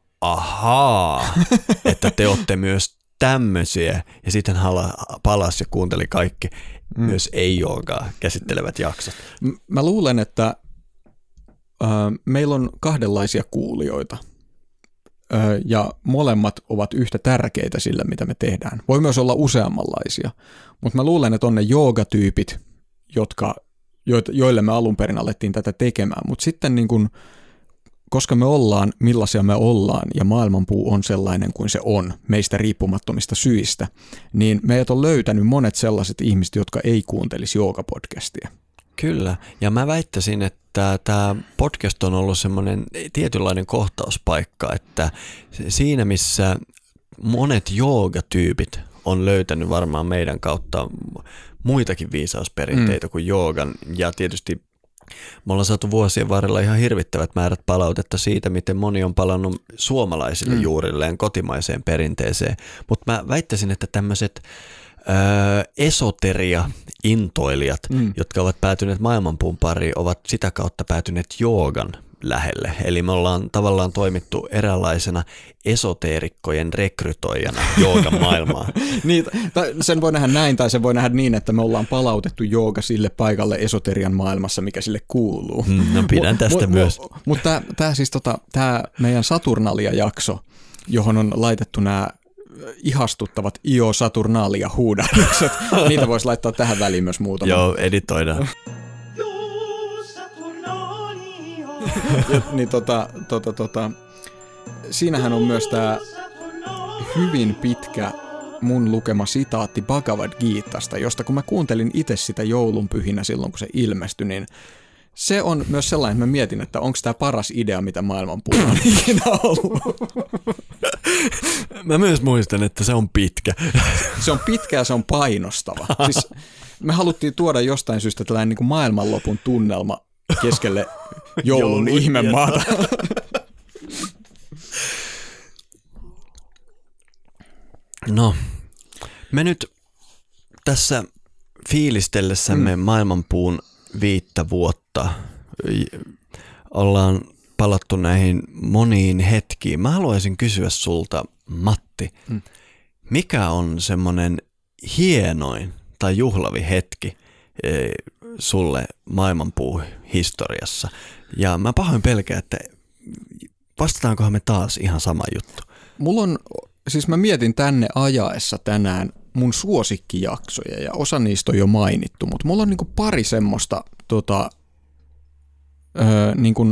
ahaa, että te olette myös tämmöisiä. Ja sitten hän palasi ja kuunteli kaikki mm. myös ei-joogaa käsittelevät jaksot. Mä luulen, että äh, meillä on kahdenlaisia kuulijoita äh, ja molemmat ovat yhtä tärkeitä sillä, mitä me tehdään. Voi myös olla useammanlaisia, mutta mä luulen, että on ne joogatyypit, jotka joille me alun perin alettiin tätä tekemään, mutta sitten niin kuin, koska me ollaan, millaisia me ollaan, ja maailmanpuu on sellainen kuin se on, meistä riippumattomista syistä, niin meidät on löytänyt monet sellaiset ihmiset, jotka ei kuuntelisi joogapodcastia. Kyllä, ja mä väittäisin, että tämä podcast on ollut semmoinen tietynlainen kohtauspaikka, että siinä missä monet joogatyypit on löytänyt varmaan meidän kautta muitakin viisausperinteitä mm. kuin joogan, ja tietysti me ollaan saatu vuosien varrella ihan hirvittävät määrät palautetta siitä, miten moni on palannut suomalaisille mm. juurilleen, kotimaiseen perinteeseen, mutta mä väittäisin, että tämmöiset esoteria-intoilijat, mm. jotka ovat päätyneet maailmanpuun pariin, ovat sitä kautta päätyneet joogan lähelle. Eli me ollaan tavallaan toimittu eräänlaisena esoteerikkojen rekrytoijana joogan maailmaan. Niin, sen voi nähdä näin, tai sen voi nähdä niin, että me ollaan palautettu jooga sille paikalle esoterian maailmassa, mikä sille kuuluu. Mm, no pidän tästä m- myös. Mutta mut tämä siis tota, tää meidän Saturnalia-jakso, johon on laitettu nämä ihastuttavat Io Saturnalia huudahdukset. Niitä voisi laittaa tähän väliin myös muutama. Joo, editoidaan. ja, niin tota, tota, tota, siinähän on myös tämä hyvin pitkä mun lukema sitaatti Bhagavad Gitasta, josta kun mä kuuntelin itse sitä joulunpyhinä silloin, kun se ilmestyi, niin se on myös sellainen, että mä mietin, että onko tämä paras idea, mitä maailmanpuu on ikinä ollut. Mä myös muistan, että se on pitkä. Se on pitkä ja se on painostava. Siis me haluttiin tuoda jostain syystä tällainen niin kuin maailmanlopun tunnelma keskelle joulun ihmemaata. No, me nyt tässä fiilistellessämme mm. maailmanpuun viittä vuotta ollaan palattu näihin moniin hetkiin. Mä haluaisin kysyä sulta, Matti, mm. mikä on semmoinen hienoin tai juhlavi hetki e, sulle maailmanpuun historiassa? Ja mä pahoin pelkään, että vastataankohan me taas ihan sama juttu. Mulla on, siis mä mietin tänne ajaessa tänään mun suosikkijaksoja ja osa niistä on jo mainittu, mutta mulla on niinku pari semmoista tota, öö, niinku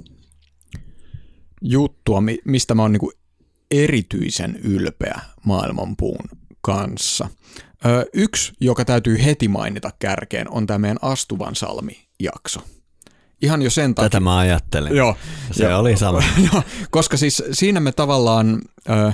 juttua, mistä mä oon niinku erityisen ylpeä maailmanpuun kanssa. Öö, yksi, joka täytyy heti mainita kärkeen, on tämä meidän Astuvan salmi-jakso. Ihan jo sen takia. Tätä mä ajattelin. Joo. Se jo, oli sama. Jo, koska siis siinä me tavallaan öö,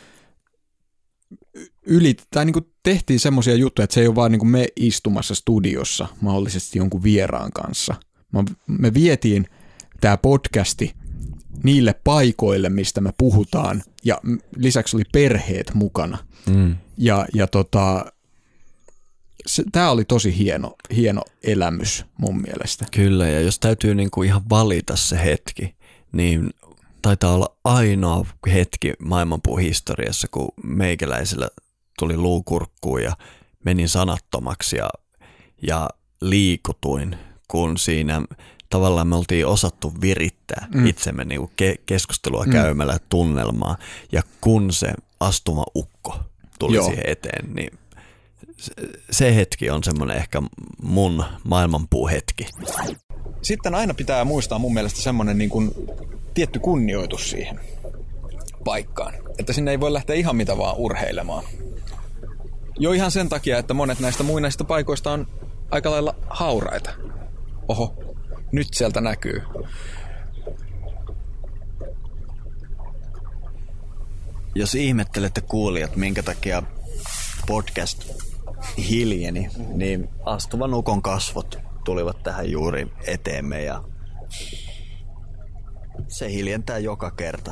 yli, tai niin kuin tehtiin semmoisia juttuja, että se ei ole vaan niin kuin me istumassa studiossa mahdollisesti jonkun vieraan kanssa. Me vietiin tämä podcasti niille paikoille, mistä me puhutaan, ja lisäksi oli perheet mukana. Mm. Ja, ja tota, tämä oli tosi hieno, hieno elämys mun mielestä. Kyllä, ja jos täytyy niinku ihan valita se hetki, niin taitaa olla ainoa hetki maailmanpuun historiassa, kun meikäläisellä tuli luukurkkuun ja menin sanattomaksi ja, ja liikutuin, kun siinä tavallaan me oltiin osattu virittää mm. itsemme niin kuin ke- keskustelua mm. käymällä tunnelmaa, ja kun se astuma ukko tuli Joo. siihen eteen, niin se, se hetki on semmoinen ehkä mun maailmanpuuhetki. Sitten aina pitää muistaa mun mielestä semmoinen niin kuin tietty kunnioitus siihen paikkaan, että sinne ei voi lähteä ihan mitä vaan urheilemaan. Jo ihan sen takia, että monet näistä muinaisista paikoista on aika lailla hauraita. Oho, nyt sieltä näkyy. Jos ihmettelette kuulijat, minkä takia podcast hiljeni, niin Astuvan ukon kasvot tulivat tähän juuri eteemme ja se hiljentää joka kerta.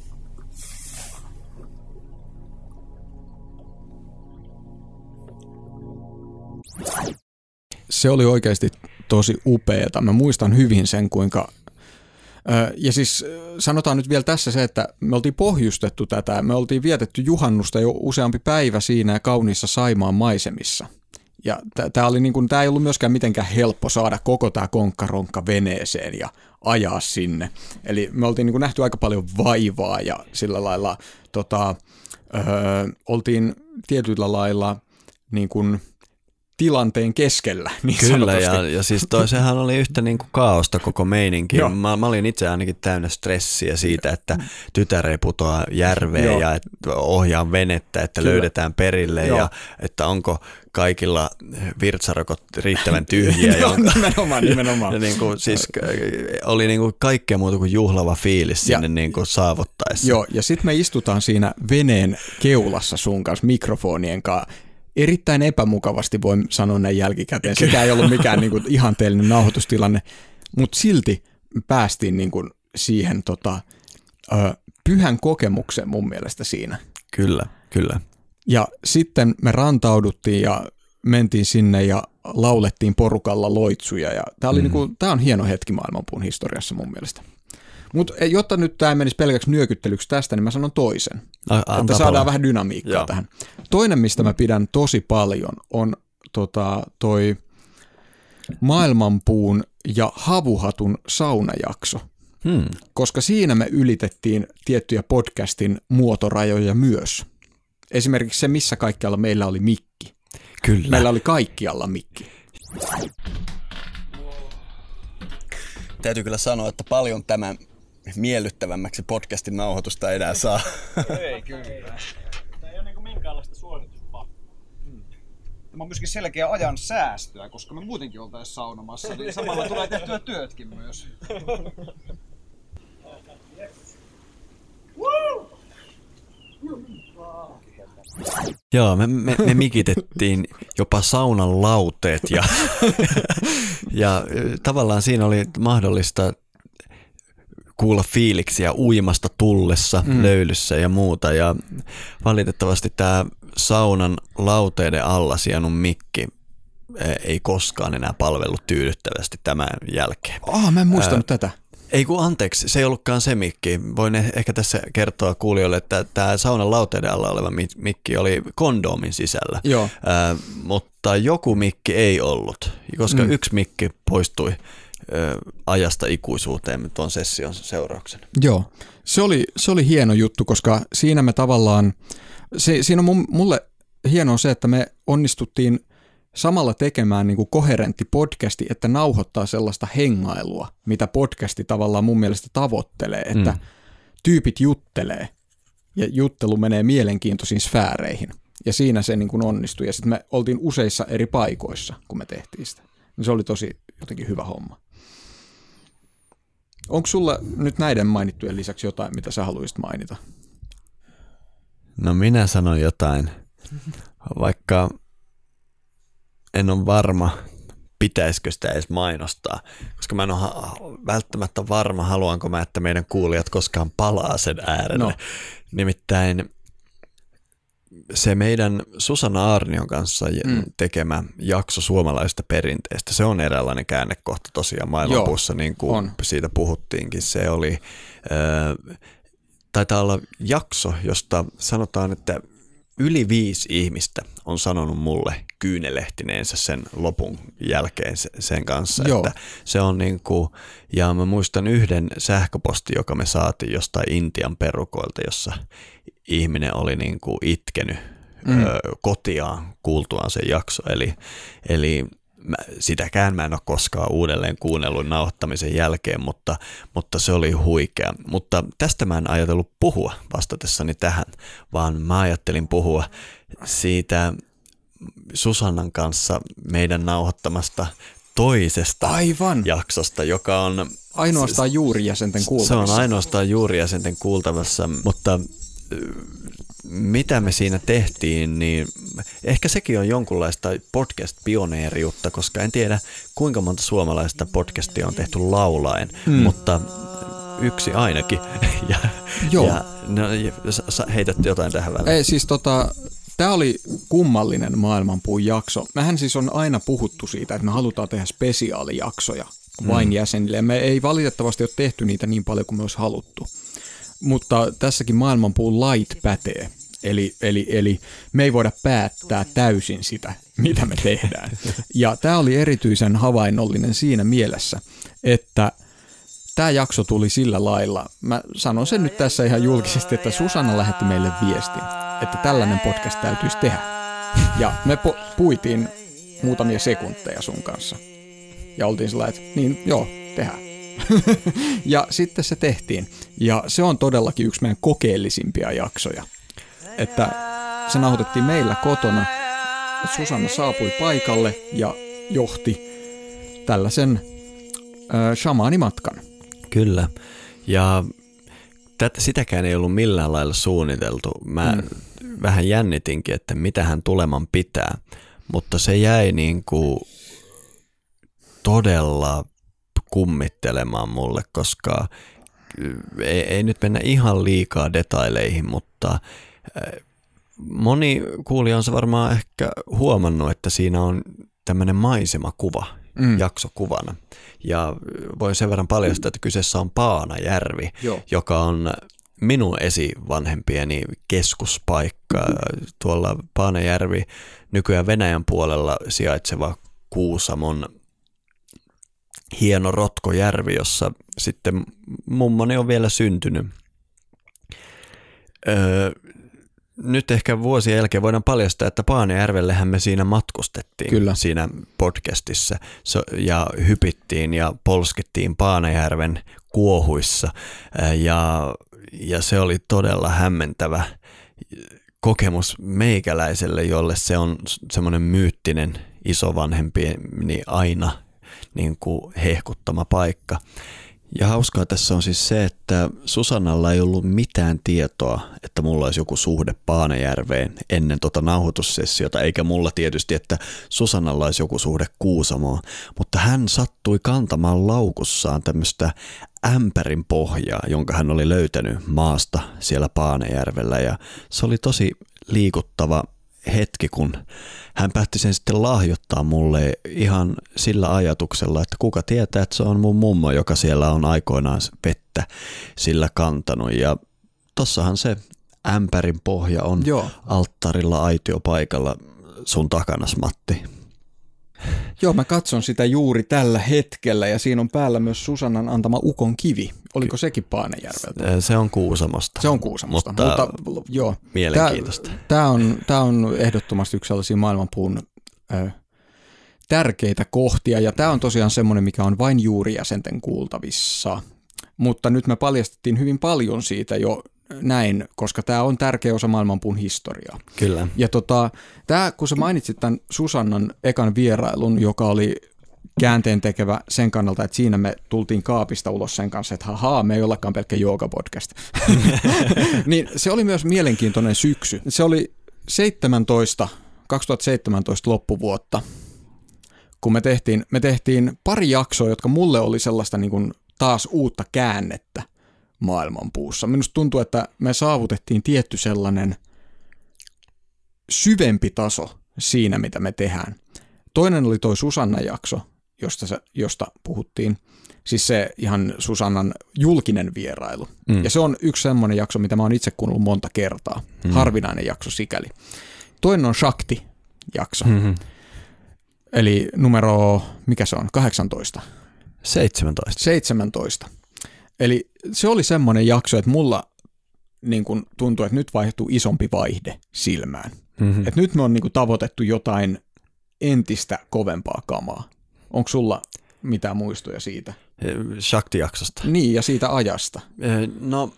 Se oli oikeasti tosi upeata. Mä muistan hyvin sen, kuinka... Ja siis sanotaan nyt vielä tässä se, että me oltiin pohjustettu tätä. Me oltiin vietetty juhannusta jo useampi päivä siinä kauniissa Saimaan maisemissa. Ja tämä oli niin kuin, tää ei ollut myöskään mitenkään helppo saada koko tämä konkkaronkka veneeseen ja ajaa sinne. Eli me oltiin niin kuin nähty aika paljon vaivaa ja sillä lailla tota, öö, oltiin tietyllä lailla niin kuin tilanteen keskellä. Niin Kyllä, ja, ja siis toi, sehän oli yhtä niin kuin kaaosta koko meininki. Mä, mä olin itse ainakin täynnä stressiä siitä, että tytär ei putoa järveen Joo. ja että ohjaan venettä, että Kyllä. löydetään perille Joo. ja että onko kaikilla virtsarokot riittävän tyhjiä. Joo, nimenomaan, nimenomaan. Niin kuin, siis oli niin kuin kaikkea muuta kuin juhlava fiilis sinne niin kuin saavuttaessa. Joo, ja sitten me istutaan siinä veneen keulassa sun kanssa mikrofonien kanssa. Erittäin epämukavasti voin sanoa näin jälkikäteen. Sekä ei ollut mikään niin kuin ihanteellinen nauhoitustilanne, mutta silti päästiin niin kuin siihen tota, ö, pyhän kokemukseen mun mielestä siinä. Kyllä, kyllä. Ja sitten me rantauduttiin ja mentiin sinne ja laulettiin porukalla loitsuja. Ja tämä mm. niinku, on hieno hetki maailmanpuun historiassa mun mielestä. Mutta jotta nyt tämä menisi pelkäksi nyökyttelyksi tästä, niin mä sanon toisen. A, että saadaan pala. vähän dynamiikkaa Joo. tähän. Toinen, mistä mä pidän tosi paljon, on tota, toi maailmanpuun ja havuhatun saunajakso. Hmm. Koska siinä me ylitettiin tiettyjä podcastin muotorajoja myös. Esimerkiksi se, missä kaikkialla meillä oli mikki. Kyllä. Meillä oli kaikkialla mikki. Täytyy kyllä sanoa, että paljon tämän miellyttävämmäksi podcastin nauhoitusta ei enää saa. Ei kyllä. Tämä ei ole niin kuin minkäänlaista suorituspakkoa. Hmm. Tämä on myöskin selkeä ajan säästöä, koska me muutenkin oltaisiin saunomassa, niin samalla tulee tehtyä työtkin myös. Joo, me, me, me mikitettiin jopa saunan lauteet ja, ja tavallaan siinä oli mahdollista kuulla fiiliksiä uimasta tullessa, mm. löylyssä ja muuta. Ja valitettavasti tämä saunan lauteiden alla sijannut mikki ei koskaan enää palvellut tyydyttävästi tämän jälkeen. Ah, mä en muistanut Ää, tätä. Ei kun anteeksi, se ei ollutkaan se mikki. Voin ehkä tässä kertoa kuulijoille, että tämä saunan lauteiden alla oleva mikki oli kondoomin sisällä. Joo. Ää, mutta joku mikki ei ollut, koska mm. yksi mikki poistui ää, ajasta ikuisuuteen tuon session seurauksena. Joo, se oli, se oli hieno juttu, koska siinä me tavallaan, se, siinä on mulle hienoa se, että me onnistuttiin samalla tekemään niin kuin koherentti podcasti, että nauhoittaa sellaista hengailua, mitä podcasti tavallaan mun mielestä tavoittelee, että mm. tyypit juttelee ja juttelu menee mielenkiintoisiin sfääreihin. Ja siinä se niin kuin onnistui. Ja sitten me oltiin useissa eri paikoissa, kun me tehtiin sitä. Se oli tosi jotenkin hyvä homma. Onko sulla nyt näiden mainittujen lisäksi jotain, mitä sä haluaisit mainita? No minä sanon jotain, vaikka en ole varma, pitäisikö sitä edes mainostaa, koska mä en ole välttämättä varma, haluanko mä, että meidän kuulijat koskaan palaa sen äärelle. No. Nimittäin se meidän Susanna Aarnion kanssa mm. tekemä jakso suomalaisesta perinteestä, se on eräänlainen käännekohta tosiaan maailmanpuussa, niin kuin on. Siitä puhuttiinkin. Se oli, äh, taitaa olla jakso, josta sanotaan, että yli viisi ihmistä on sanonut mulle kyynelehtineensä sen lopun jälkeen sen kanssa. Että se on niin kuin, ja mä muistan yhden sähköposti, joka me saatiin jostain Intian perukoilta, jossa ihminen oli niin kuin itkenyt mm. ö, kotiaan kuultuaan sen jakso. Eli, eli mä, sitäkään mä en ole koskaan uudelleen kuunnellut nauhoittamisen jälkeen, mutta, mutta se oli huikea. Mutta tästä mä en ajatellut puhua vastatessani tähän, vaan mä ajattelin puhua siitä Susannan kanssa meidän nauhoittamasta toisesta Aivan. jaksosta, joka on ainoastaan juurijäsenten kuultavassa. Se on ainoastaan juurijäsenten kuultavassa, mutta mitä me siinä tehtiin, niin ehkä sekin on jonkunlaista podcast-pioneeriutta, koska en tiedä kuinka monta suomalaista podcastia on tehty laulaen, mm. mutta yksi ainakin. ja, Joo. Ja, no, heität jotain tähän väliin. Ei, siis tota, tämä oli kummallinen maailmanpuun jakso. Mehän siis on aina puhuttu siitä, että me halutaan tehdä spesiaalijaksoja vain mm. jäsenille, ja me ei valitettavasti ole tehty niitä niin paljon kuin me olisi haluttu. Mutta tässäkin maailmanpuun lait pätee, eli, eli, eli me ei voida päättää täysin sitä, mitä me tehdään. Ja tämä oli erityisen havainnollinen siinä mielessä, että tämä jakso tuli sillä lailla, mä sanon sen nyt tässä ihan julkisesti, että Susanna lähetti meille viestin, että tällainen podcast täytyisi tehdä. Ja me po- puitiin muutamia sekunteja sun kanssa. Ja oltiin sillä että niin joo, tehdään. Ja sitten se tehtiin. Ja se on todellakin yksi meidän kokeellisimpia jaksoja. Että se nauhoitettiin meillä kotona. Susanna saapui paikalle ja johti tällaisen äh, shamaanimatkan. Kyllä. Ja tätä, sitäkään ei ollut millään lailla suunniteltu. Mä mm. vähän jännitinkin, että mitähän tuleman pitää. Mutta se jäi niin kuin todella kummittelemaan mulle, koska ei, ei nyt mennä ihan liikaa detaileihin, mutta moni kuulija on se varmaan ehkä huomannut, että siinä on tämmöinen maisemakuva mm. jaksokuvana. Ja voin sen verran paljastaa, että kyseessä on Paanajärvi, Joo. joka on minun esivanhempieni keskuspaikka. Tuolla Paanajärvi, nykyään Venäjän puolella sijaitseva Kuusamon hieno rotkojärvi, jossa sitten mummoni on vielä syntynyt. Öö, nyt ehkä vuosien jälkeen voidaan paljastaa, että Paanajärvellehän me siinä matkustettiin Kyllä. siinä podcastissa so, ja hypittiin ja polskettiin Paanajärven kuohuissa ja, ja se oli todella hämmentävä kokemus meikäläiselle, jolle se on semmoinen myyttinen isovanhempieni aina niin kuin hehkuttama paikka. Ja hauskaa tässä on siis se, että Susannalla ei ollut mitään tietoa, että mulla olisi joku suhde Paanajärveen ennen tota nauhoitussessiota, eikä mulla tietysti, että Susannalla olisi joku suhde Kuusamoon, mutta hän sattui kantamaan laukussaan tämmöistä ämpärin pohjaa, jonka hän oli löytänyt maasta siellä Paanajärvellä, ja se oli tosi liikuttava hetki, kun hän päätti sen sitten lahjoittaa mulle ihan sillä ajatuksella, että kuka tietää, että se on mun mummo, joka siellä on aikoinaan vettä sillä kantanut. Ja tossahan se ämpärin pohja on Joo. alttarilla aitiopaikalla sun takanas, Matti. Joo, mä katson sitä juuri tällä hetkellä ja siinä on päällä myös Susannan antama ukon kivi. Oliko sekin Paanajärveltä? Se on Kuusamosta. Se on Kuusamosta, mutta, mutta joo. Mielenkiintoista. Tämä on, tämä on ehdottomasti yksi sellaisia maailmanpuun ö, tärkeitä kohtia ja tämä on tosiaan semmoinen, mikä on vain juurijäsenten kuultavissa. Mutta nyt me paljastettiin hyvin paljon siitä jo näin, koska tämä on tärkeä osa maailmanpuun historiaa. Kyllä. Ja tota, tämä, kun sä mainitsit tämän Susannan ekan vierailun, joka oli käänteen tekevä sen kannalta, että siinä me tultiin kaapista ulos sen kanssa, että hahaa, me ei ollakaan pelkkä jooga-podcast. Niin se oli myös mielenkiintoinen syksy. Se oli seitsemäntoista, kaksituhattaseitsemäntoista loppuvuotta, kun me tehtiin, me tehtiin pari jaksoa, jotka mulle oli sellaista niin kuin taas uutta käännettä maailmanpuussa. Minusta tuntuu, että me saavutettiin tietty sellainen syvempi taso siinä, mitä me tehdään. Toinen oli toi Susanna-jakso, josta, se, josta puhuttiin. Siis se ihan Susannan julkinen vierailu. Mm. Ja se on yksi semmoinen jakso, mitä mä oon itse kuunnellut monta kertaa. Mm. Harvinainen jakso sikäli. Toinen on Shakti-jakso. Mm-hmm. Eli numero, mikä se on, kahdeksantoista? seitsemäntoista. seitsemäntoista. Eli se oli semmoinen jakso, että mulla niin kun tuntui, että nyt vaihtuu isompi vaihde silmään. Mm-hmm. Että nyt me on niin kun tavoitettu jotain entistä kovempaa kamaa. Onko sulla mitään muistoja siitä? Shakti-jaksosta. Niin, ja siitä ajasta. No,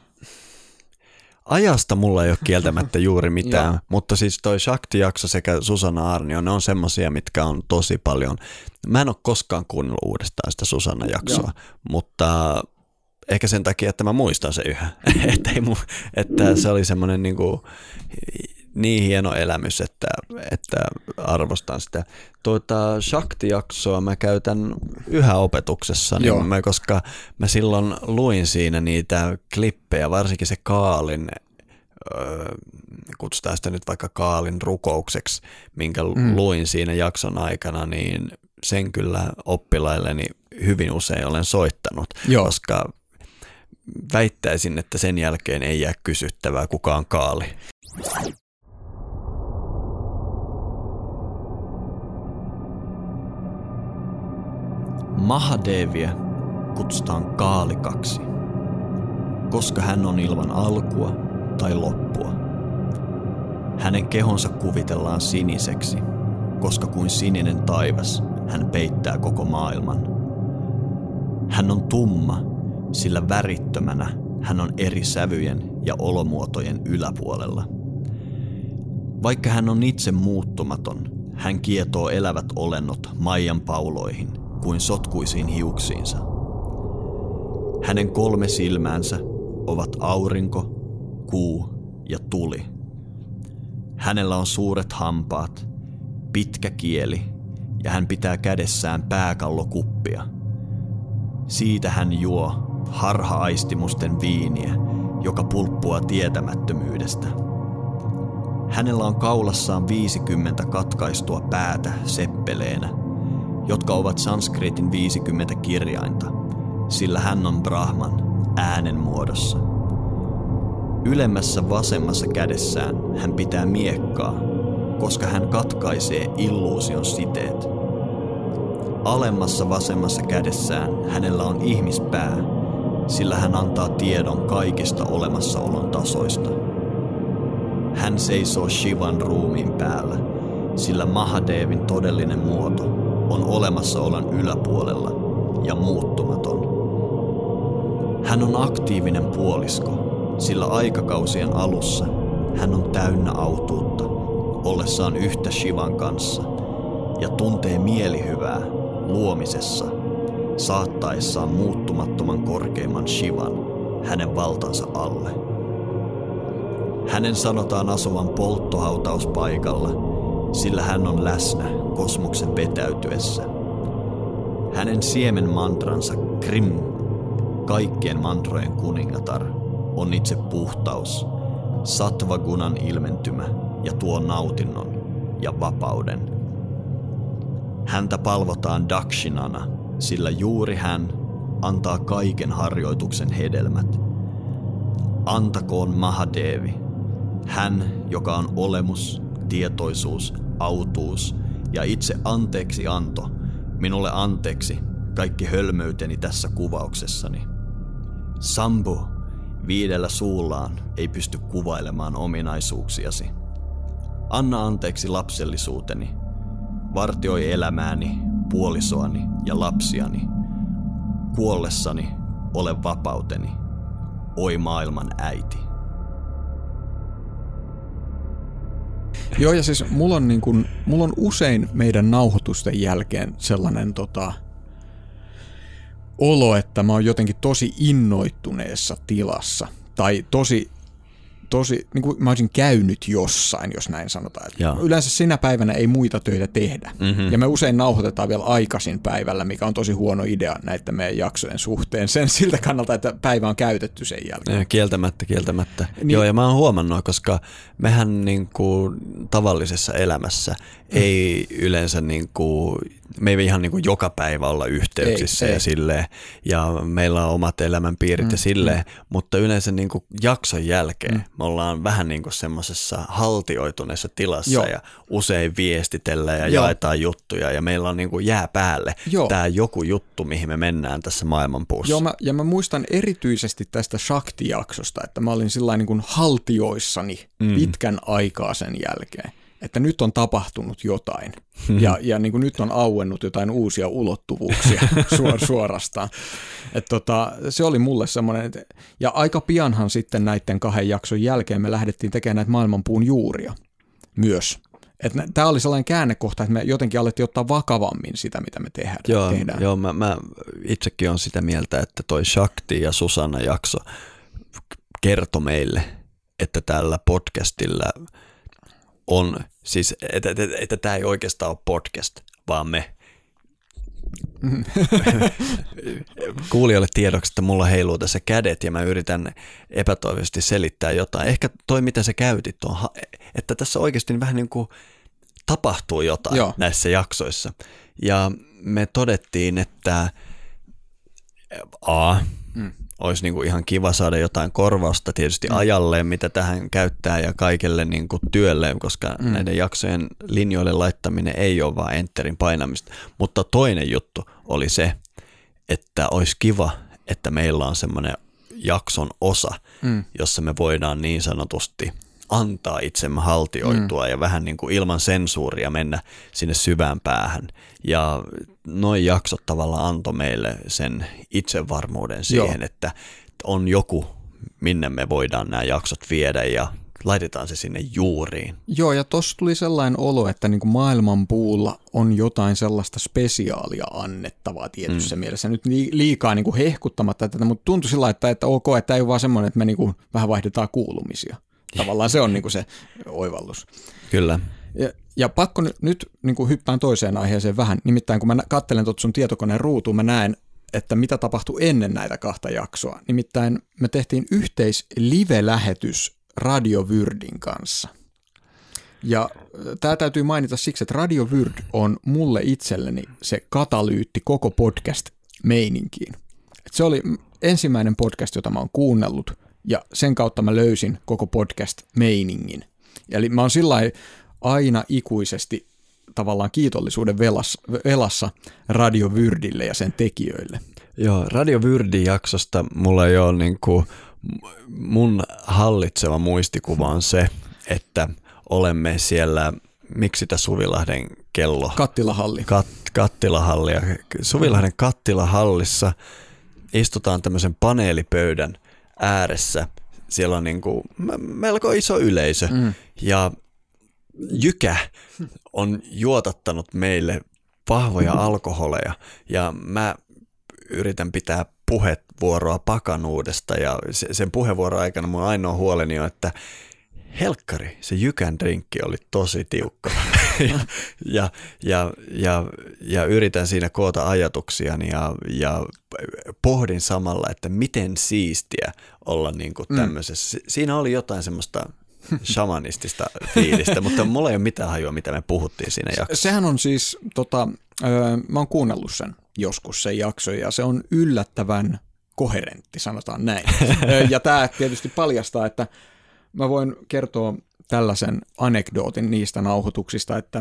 ajasta mulla ei ole kieltämättä juuri mitään, mutta siis toi Shakti-jakso sekä Susanna Aarnio, ne on semmosia, mitkä on tosi paljon. Mä en ole koskaan kuunnellut uudestaan sitä Susanna-jaksoa, mutta ehkä sen takia, että mä muistan se yhä. että, ei mu, että se oli semmoinen niin kuin niin hieno elämys, että, että arvostan sitä. Tuota Shakti-jaksoa mä käytän yhä opetuksessa, niin mä, koska mä silloin luin siinä niitä klippejä, varsinkin se Kaalin, öö, kutsutaan sitä nyt vaikka Kaalin rukoukseksi, minkä mm. luin siinä jakson aikana, niin sen kyllä oppilailleni hyvin usein olen soittanut, Joo. koska väittäisin, että sen jälkeen ei jää kysyttävää, kuka on Kaali. Mahadevia kutsutaan Kaalikaksi, koska hän on ilman alkua tai loppua. Hänen kehonsa kuvitellaan siniseksi, koska kuin sininen taivas hän peittää koko maailman. Hän on tumma, sillä värittömänä hän on eri sävyjen ja olomuotojen yläpuolella. Vaikka hän on itse muuttumaton, hän kietoo elävät olennot Maijan pauloihin kuin sotkuisiin hiuksiinsa. Hänen kolme silmäänsä ovat aurinko, kuu ja tuli. Hänellä on suuret hampaat, pitkä kieli ja hän pitää kädessään pääkallokuppia. Siitä hän juo harha-aistimusten viiniä, joka pulppuaa tietämättömyydestä. Hänellä on kaulassaan viisikymmentä katkaistua päätä seppeleenä, jotka ovat sanskritin viisikymmentä kirjainta, sillä hän on Brahman äänen muodossa. Ylemmässä vasemmassa kädessään hän pitää miekkaa, koska hän katkaisee illuusion siteet. Alemmassa vasemmassa kädessään hänellä on ihmispää, sillä hän antaa tiedon kaikista olemassaolon tasoista. Hän seisoo Shivan ruumiin päällä, sillä Mahadevin todellinen muoto on olemassaolon yläpuolella ja muuttumaton. Hän on aktiivinen puolisko, sillä aikakausien alussa hän on täynnä autuutta, ollessaan yhtä Shivan kanssa, ja tuntee mielihyvää luomisessa, saattaessaan muuttumattoman korkeimman Shivan hänen valtansa alle. Hänen sanotaan asuvan polttohautauspaikalla, sillä hän on läsnä kosmoksen vetäytyessä. Hänen siemen mantransa Krim, kaikkien mantrojen kuningatar, on itse puhtaus, sattvagunan ilmentymä ja tuo nautinnon ja vapauden. Häntä palvotaan dakshinana, sillä juuri hän antaa kaiken harjoituksen hedelmät. Antakoon Mahadevi, hän, joka on olemus, tietoisuus, autuus ja itse anteeksi anto, minulle anteeksi kaikki hölmöyteni tässä kuvauksessani. Sambhu viidellä suullaan ei pysty kuvailemaan ominaisuuksiasi. Anna anteeksi lapsellisuuteni, vartioi elämääni, puolisoani ja lapsiani. Kuollessani ole vapauteni, oi maailman äiti. Joo, ja siis mulla on, niin kun, mulla on usein meidän nauhoitusten jälkeen sellainen tota, olo, että mä oon jotenkin tosi innoittuneessa tilassa. Tai tosi, tosi niin kuin mä olisin käynyt jossain, jos näin sanotaan. Yleensä sinä päivänä ei muita töitä tehdä. Mm-hmm. Ja me usein nauhoitetaan vielä aikaisin päivällä, mikä on tosi huono idea näiden meidän jaksojen suhteen. Sen siltä kannalta, että päivä on käytetty sen jälkeen. Ja kieltämättä, kieltämättä. Niin. Joo, ja mä oon huomannut, koska mehän niin kuin tavallisessa elämässä mm. ei yleensä niin kuin, me ei ihan niin kuin joka päivä olla yhteyksissä ei, ja ei. silleen, ja meillä on omat elämänpiirit mm. ja silleen, mm. mutta yleensä niin kuin jakson jälkeen mm. me ollaan vähän niin kuin semmoisessa haltioituneessa tilassa Joo. ja usein viestitellään ja Joo. jaetaan juttuja ja meillä on niin kuin jää päälle Joo. tämä joku juttu, mihin me mennään tässä maailmanpuussa. Joo, mä, ja mä muistan erityisesti tästä Shakti-jaksosta, että mä olin sillain niin kuin haltioissani mm. pitkän aikaa sen jälkeen, että nyt on tapahtunut jotain hmm. ja, ja niin kuin nyt on auennut jotain uusia ulottuvuuksia suor, suorastaan. Et tota, se oli mulle semmoinen, että, ja aika pianhan sitten näiden kahden jakson jälkeen me lähdettiin tekemään näitä maailmanpuun juuria myös. Tämä oli sellainen käännekohta, että me jotenkin alettiin ottaa vakavammin sitä, mitä me tehdään. Joo, tehdään. joo mä, mä itsekin olen sitä mieltä, että toi Shakti ja Susanna jakso kertoi meille, että tällä podcastilla on, siis että, että, että tämä ei oikeastaan ole podcast, vaan me. Kuulijoille tiedoksi, että mulla heiluu tässä kädet ja mä yritän epätoivoisesti selittää jotain. Ehkä toi, mitä sä käytit, on, että tässä oikeasti vähän niin kuin tapahtuu jotain Joo. näissä jaksoissa. Ja me todettiin, että a, mm. olisi niin kuin ihan kiva saada jotain korvausta tietysti mm. ajalleen, mitä tähän käyttää ja kaikelle niin kuin työlleen, koska mm. näiden jaksojen linjoille laittaminen ei ole vaan enterin painamista. Mutta toinen juttu oli se, että olisi kiva, että meillä on semmoinen jakson osa, mm. jossa me voidaan niin sanotusti antaa itsemme haltioitua mm. ja vähän niin kuin ilman sensuuria mennä sinne syvään päähän. Ja noi jaksot tavallaan antoi meille sen itsevarmuuden siihen, Joo. että on joku, minne me voidaan nämä jaksot viedä ja laitetaan se sinne juuriin. Joo, ja tuossa tuli sellainen olo, että niin kuin maailmanpuulla on jotain sellaista spesiaalia annettavaa tietyssä mm. mielessä. Nyt liikaa niin kuin hehkuttamatta tätä, mutta tuntui sillä että, että ok, että ei ole vaan semmoinen, että me niin kuin vähän vaihdetaan kuulumisia. Tavallaan se on niin kuin se oivallus. Kyllä. Ja, ja pakko nyt, nyt niin kuin hyppään toiseen aiheeseen vähän. Nimittäin kun mä katselen tuota sun tietokoneen ruutuun, mä näen, että mitä tapahtui ennen näitä kahta jaksoa. Nimittäin me tehtiin yhteis live-lähetys Radio Vyrdin kanssa. Ja tämä täytyy mainita siksi, että Radio Vyrd on mulle itselleni se katalyytti koko podcast-meininkiin. Et se oli ensimmäinen podcast, jota mä oon kuunnellut, ja sen kautta mä löysin koko podcast-meiningin. Eli mä oon sillai aina ikuisesti tavallaan kiitollisuuden velassa, velassa Radio Vyrdille ja sen tekijöille. Joo, Radio Vyrdin jaksosta mulla ei ole niin kuin mun hallitseva muistikuva on se, että olemme siellä, miksi sitä Suvilahden kello? Kattilahalli. Kat, kattilahalli. Ja Suvilahden kattilahallissa istutaan tämmöisen paneelipöydän ääressä. Siellä on niin kuin melko iso yleisö mm. ja Jykä on juotattanut meille vahvoja alkoholeja ja mä yritän pitää puheenvuoroa pakanuudesta ja sen puheenvuoron aikana mun ainoa huoleni on, että helkkari, se Jykän drinkki oli tosi tiukka ja, ja, ja, ja, ja yritän siinä koota ajatuksiani ja, ja pohdin samalla, että miten siistiä olla niin kuin tämmöisessä. Mm. Siinä oli jotain semmoista shamanistista fiilistä, mutta mulla ei ole mitään hajua, mitä me puhuttiin siinä jaksossa. Sehän on siis, tota, öö, mä oon kuunnellut sen joskus sen jakso, ja se on yllättävän koherentti, sanotaan näin. Ja tämä tietysti paljastaa, että mä voin kertoa tällaisen anekdootin niistä nauhoituksista, että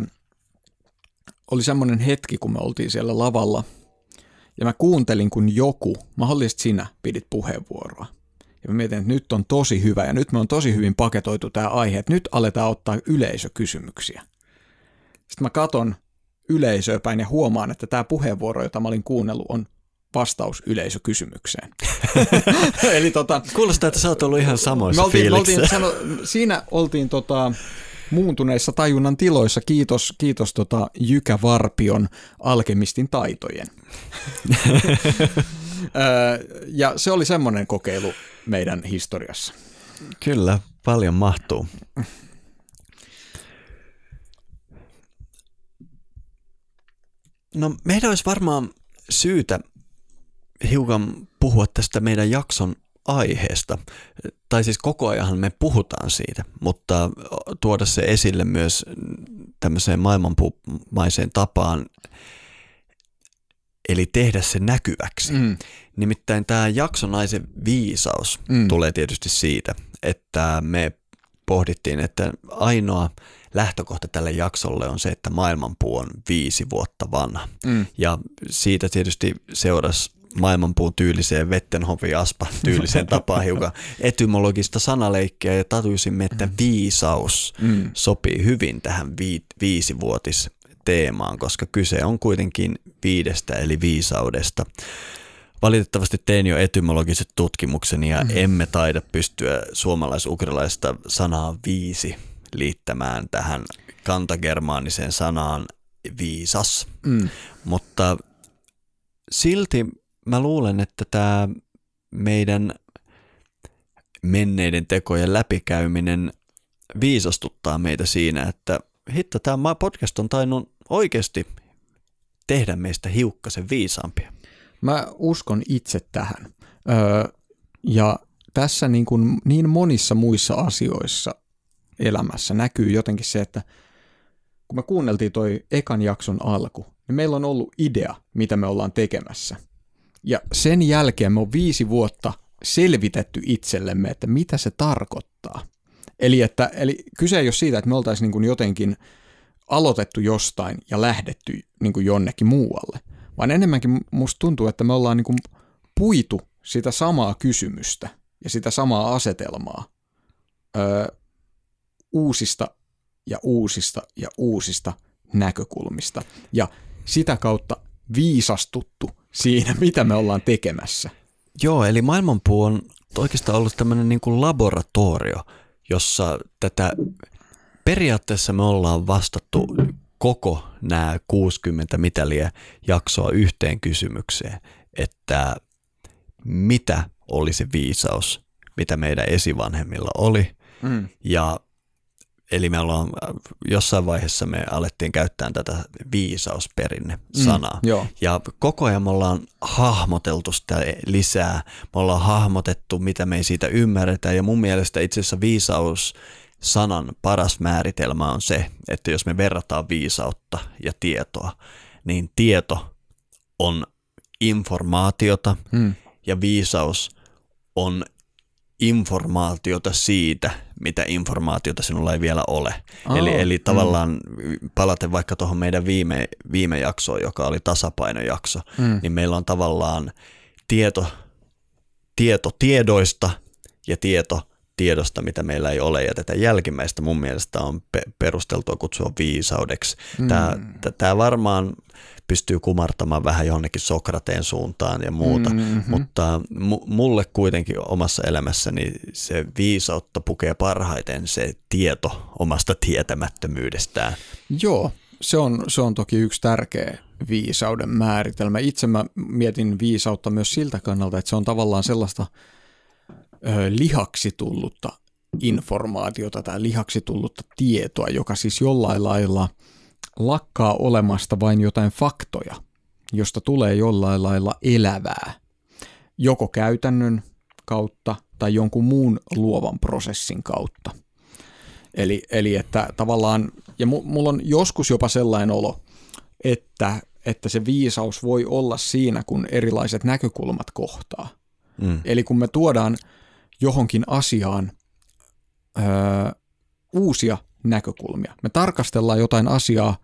oli semmoinen hetki, kun me oltiin siellä lavalla, ja mä kuuntelin, kun joku, mahdollisesti sinä, pidit puheenvuoroa. Ja mä mietin, että nyt on tosi hyvä, ja nyt me on tosi hyvin paketoitu tämä aihe, että nyt aletaan ottaa yleisökysymyksiä. Sitten mä katon yleisöä päin ja huomaan, että tämä puheenvuoro, jota mä olin kuunnellut, on vastaus yleisökysymykseen. Eli tota, kuulostaa, että sä oot ollut ihan samoissa me oltiin, fiiliksissä. Me oltiin, sano, siinä oltiin tota, muuntuneissa tajunnan tiloissa. Kiitos, kiitos tota, Jykä Varpion alkemistin taitojen. Ja se oli semmoinen kokeilu meidän historiassa. Kyllä, paljon mahtuu. No meidän olisi varmaan syytä hiukan puhua tästä meidän jakson aiheesta. Tai siis koko ajan me puhutaan siitä, mutta tuoda se esille myös tämmöiseen maailmanpuumaiseen tapaan, eli tehdä se näkyväksi. Mm. Nimittäin tämä jaksonaisen viisaus mm. tulee tietysti siitä, että me pohdittiin, että ainoa lähtökohta tälle jaksolle on se, että maailmanpuu on viisi vuotta vanha. Mm. Ja siitä tietysti seurasi maailmanpuun tyyliseen Vettenhovi Aspa tyyliseen tapaan hiukan etymologista sanaleikkiä ja tajusimme, että viisaus mm. sopii hyvin tähän vi- viisivuotisteemaan, koska kyse on kuitenkin viidestä eli viisaudesta. Valitettavasti tein jo etymologiset tutkimukseni ja mm. emme taida pystyä suomalais-ukrilaista sanaa viisi liittämään tähän kantagermaaniseen sanaan viisas. Mm. Mutta silti mä luulen, että tämä meidän menneiden tekojen läpikäyminen viisastuttaa meitä siinä, että hitto, tämä podcast on tainnut oikeasti tehdä meistä hiukkasen viisaampia. Mä uskon itse tähän. Öö, ja tässä niin, kuin niin monissa muissa asioissa elämässä näkyy jotenkin se, että kun me kuunneltiin toi ekan jakson alku, niin meillä on ollut idea, mitä me ollaan tekemässä. Ja sen jälkeen me on viisi vuotta selvitetty itsellemme, että mitä se tarkoittaa. Eli, että, eli kyse ei ole siitä, että me oltaisiin niin kuin jotenkin aloitettu jostain ja lähdetty niin kuin jonnekin muualle, vaan enemmänkin musta tuntuu, että me ollaan niin kuin puitu sitä samaa kysymystä ja sitä samaa asetelmaa öö, uusista ja uusista ja uusista näkökulmista ja sitä kautta viisastuttu siinä, mitä me ollaan tekemässä. Joo, eli maailmanpuu on oikeastaan ollut tämmöinen niin kuin laboratorio, jossa tätä periaatteessa me ollaan vastattu koko nämä kuusikymmentä mitäliä jaksoa yhteen kysymykseen, että mitä oli se viisaus, mitä meidän esivanhemmilla oli. Mm. Ja eli me ollaan jossain vaiheessa me alettiin käyttää tätä viisausperinne-sanaa. Mm, ja koko ajan me ollaan hahmoteltu sitä lisää. Me ollaan hahmotettu, mitä me ei siitä ymmärretä. Ja mun mielestä itse asiassa viisaus-sanan paras määritelmä on se, että jos me verrataan viisautta ja tietoa, niin tieto on informaatiota mm. ja viisaus on informaatiota siitä, mitä informaatiota sinulla ei vielä ole. Oh, eli, eli tavallaan mm. palaten vaikka tuohon meidän viime, viime jaksoon, joka oli tasapainojakso, mm. niin meillä on tavallaan tieto, tieto tiedoista ja tieto tiedosta, mitä meillä ei ole. Ja tätä jälkimmäistä mun mielestä on pe- perusteltua kutsua viisaudeksi. Mm. Tämä, tämä varmaan pystyy kumartamaan vähän jonnekin Sokrateen suuntaan ja muuta, mm-hmm. mutta m- mulle kuitenkin omassa elämässäni se viisautta pukee parhaiten se tieto omasta tietämättömyydestään. Joo, se on, se on toki yksi tärkeä viisauden määritelmä. Itse mä mietin viisautta myös siltä kannalta, että se on tavallaan sellaista ö, lihaksi tullutta informaatiota tai lihaksi tullutta tietoa, joka siis jollain lailla lakkaa olemasta vain jotain faktoja, josta tulee jollain lailla elävää, joko käytännön kautta tai jonkun muun luovan prosessin kautta. Eli, eli että tavallaan, ja mulla on joskus jopa sellainen olo, että, että se viisaus voi olla siinä, kun erilaiset näkökulmat kohtaa. Mm. Eli kun me tuodaan johonkin asiaan öö, uusia näkökulmia. Me tarkastellaan jotain asiaa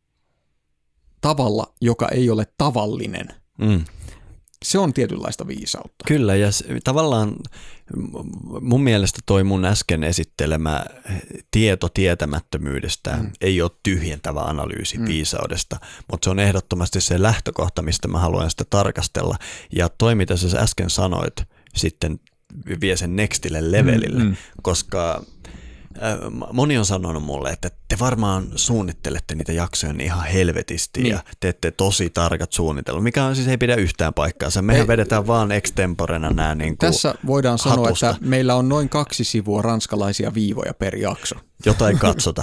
tavalla, joka ei ole tavallinen. Mm. Se on tietynlaista viisautta. Kyllä, ja tavallaan mun mielestä toi mun äsken esittelemä tieto tietämättömyydestä mm. ei ole tyhjentävä analyysi mm. viisaudesta, mutta se on ehdottomasti se lähtökohta, mistä mä haluan sitä tarkastella. Ja toi, mitä sä äsken sanoit, sitten vie sen nextille levelille, mm. koska moni on sanonut mulle, että te varmaan suunnittelette niitä jaksoja niin ihan helvetisti niin. ja teette tosi tarkat suunnitelmat, mikä on siis ei pidä yhtään paikkaansa. Mehän ei, vedetään vaan extemporena nämä niin kuin tässä voidaan hatusta. Sanoa, että meillä on noin kaksi sivua ranskalaisia viivoja per jakso. Jotain katsota.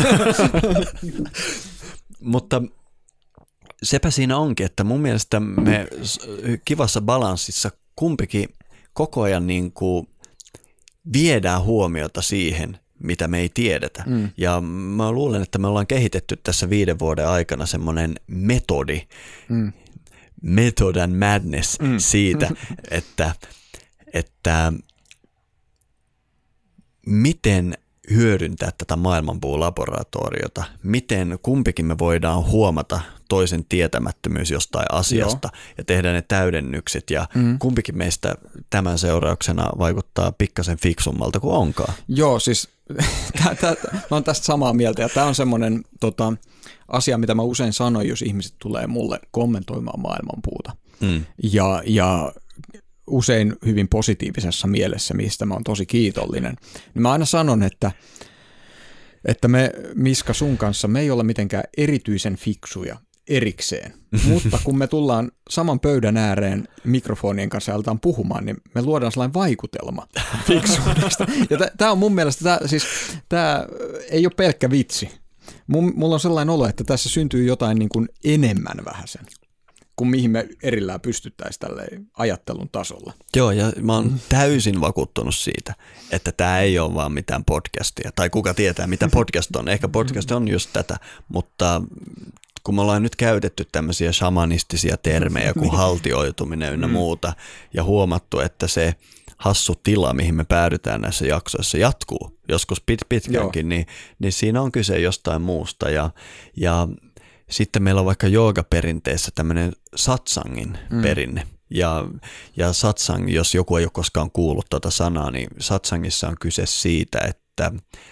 Mutta sepä siinä onkin, että mun mielestä me kivassa balanssissa kumpikin koko ajan niin kuin viedään huomiota siihen, mitä me ei tiedetä. Mm. Ja mä luulen, että me ollaan kehitetty tässä viiden vuoden aikana semmoinen metodi, mm. method and madness mm. siitä, että, että miten hyödyntää tätä maailmanpuulaboratoriota, miten kumpikin me voidaan huomata toisen tietämättömyys jostain asiasta Joo. ja tehdä ne täydennykset ja mm. kumpikin meistä tämän seurauksena vaikuttaa pikkasen fiksummalta kuin onkaan. Joo, siis tää, tää, mä oon tästä samaa mieltä ja tämä on semmoinen tota, asia, mitä mä usein sanon, jos ihmiset tulee mulle kommentoimaan maailmanpuuta mm. ja, ja usein hyvin positiivisessa mielessä, mistä mä oon tosi kiitollinen. Niin mä aina sanon, että, että me Miska sun kanssa, me ei olla mitenkään erityisen fiksuja erikseen, mutta kun me tullaan saman pöydän ääreen mikrofonien kanssa ja aletaan puhumaan, niin me luodaan sellainen vaikutelma fiksuudesta. Ja tämä on mun mielestä, tää, siis tämä ei ole pelkkä vitsi. Mulla on sellainen olo, että tässä syntyy jotain niin kuin enemmän vähäsen kuin mihin me erillään pystyttäisiin tälleen ajattelun tasolla. Joo, ja mä oon täysin vakuuttunut siitä, että tämä ei ole vaan mitään podcastia, tai kuka tietää, mitä podcast on. Ehkä podcast on just tätä, mutta kun me ollaan nyt käytetty tämmöisiä shamanistisia termejä kuin haltioituminen ynnä muuta, ja huomattu, että se hassu tila, mihin me päädytään näissä jaksoissa, jatkuu joskus pit, pitkäänkin, niin, niin siinä on kyse jostain muusta, ja, ja sitten meillä on vaikka joogaperinteessä tämmöinen satsangin mm. perinne. Ja, ja satsang, jos joku ei ole koskaan kuullut tuota sanaa, niin satsangissa on kyse siitä, että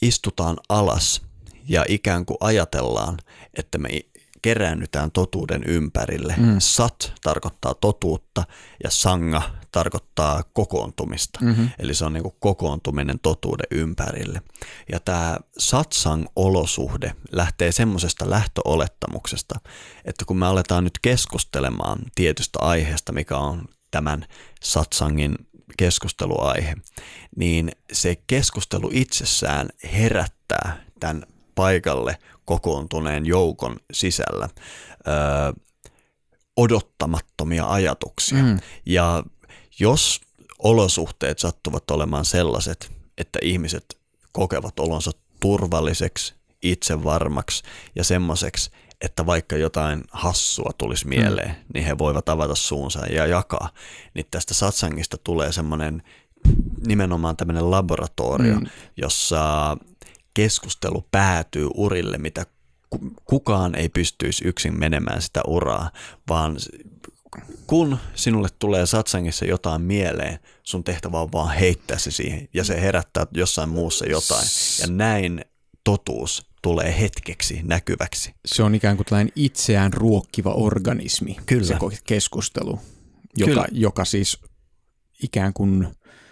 istutaan alas ja ikään kuin ajatellaan, että me keräännytään totuuden ympärille. Mm. Sat tarkoittaa totuutta ja sanga tarkoittaa kokoontumista. Mm-hmm. Eli se on niin kuin kokoontuminen totuuden ympärille. Ja tämä satsang-olosuhde lähtee semmoisesta lähtöolettamuksesta, että kun me aletaan nyt keskustelemaan tietystä aiheesta, mikä on tämän satsangin keskusteluaihe, niin se keskustelu itsessään herättää tämän paikalle kokoontuneen joukon sisällä ö, odottamattomia ajatuksia. Mm. Ja jos olosuhteet sattuvat olemaan sellaiset, että ihmiset kokevat olonsa turvalliseksi, itsevarmaksi ja semmoiseksi, että vaikka jotain hassua tulisi mieleen, mm. niin he voivat avata suunsa ja jakaa, niin tästä satsangista tulee semmoinen nimenomaan tämmöinen laboratorio, mm. jossa keskustelu päätyy urille, mitä kukaan ei pystyisi yksin menemään sitä uraa, vaan kun sinulle tulee satsangissa jotain mieleen, sun tehtävä on vaan heittää se siihen ja se herättää jossain muussa jotain. Ja näin totuus tulee hetkeksi näkyväksi. Se on ikään kuin tällainen itseään ruokkiva organismi, Kyllä. se keskustelu, joka, joka siis ikään kuin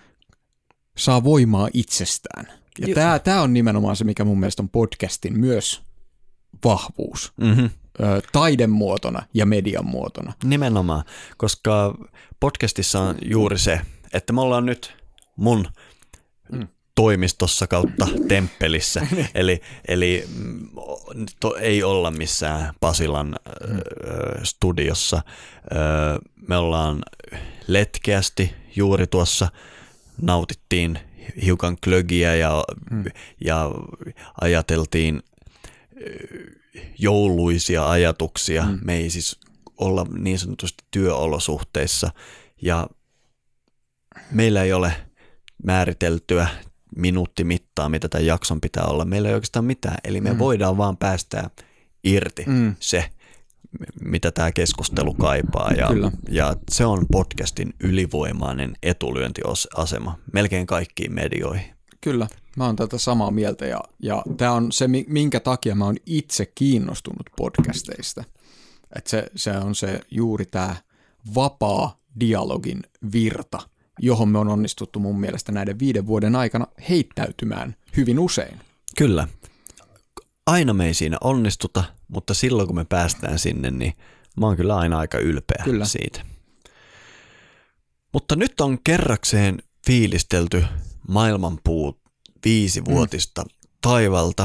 saa voimaa itsestään. Ja tämä, tämä on nimenomaan se, mikä mun mielestä on podcastin myös vahvuus. Mm-hmm. Taidemuotona ja median muotona. Nimenomaan, koska podcastissa on juuri se, että me ollaan nyt mun mm. toimistossa kautta temppelissä, eli, eli to, ei olla missään Pasilan mm. ö, studiossa. Ö, me ollaan letkeästi juuri tuossa nautittiin hiukan klögiä ja, mm. ja ajateltiin jouluisia ajatuksia. Mm. Me ei siis olla niin sanotusti työolosuhteissa ja meillä ei ole määriteltyä minuuttimittaa, mitä tämän jakson pitää olla. Meillä ei oikeastaan mitään, eli me mm. voidaan vaan päästää irti mm. se, mitä tämä keskustelu kaipaa ja, ja se on podcastin ylivoimainen etulyöntiasema melkein kaikkiin medioihin. Kyllä, mä oon tätä samaa mieltä ja, ja tämä on se, minkä takia mä oon itse kiinnostunut podcasteista. Että se, se on se juuri tämä vapaa dialogin virta, johon me on onnistuttu mun mielestä näiden viiden vuoden aikana heittäytymään hyvin usein. Kyllä. Aina me ei siinä onnistuta, mutta silloin kun me päästään sinne, niin mä oon kyllä aina aika ylpeä kyllä. siitä. Mutta nyt on kerrakseen fiilistelty Maailmanpuu viisivuotista mm. taivalta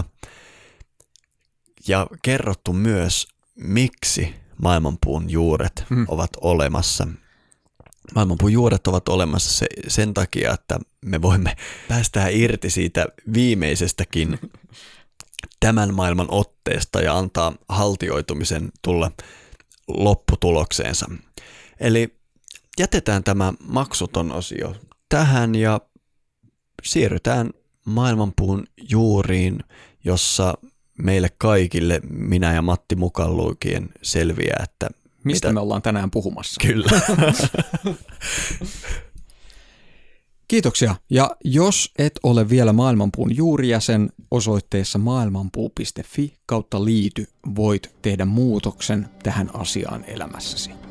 ja kerrottu myös, miksi Maailmanpuun juuret mm. ovat olemassa. Maailmanpuun juuret ovat olemassa se, sen takia, että me voimme päästää irti siitä viimeisestäkin tämän maailman otteesta ja antaa haltioitumisen tulla lopputulokseensa. Eli jätetään tämä maksuton osio tähän ja siirrytään Maailmanpuun juuriin, jossa meille kaikille, minä ja Matti mukaan lukien, selviää, että mistä mitä me ollaan tänään puhumassa. Kyllä. Kiitoksia. Ja jos et ole vielä Maailmanpuun juurijäsen, osoitteessa maailmanpuu piste fi kautta liity voit tehdä muutoksen tähän asiaan elämässäsi.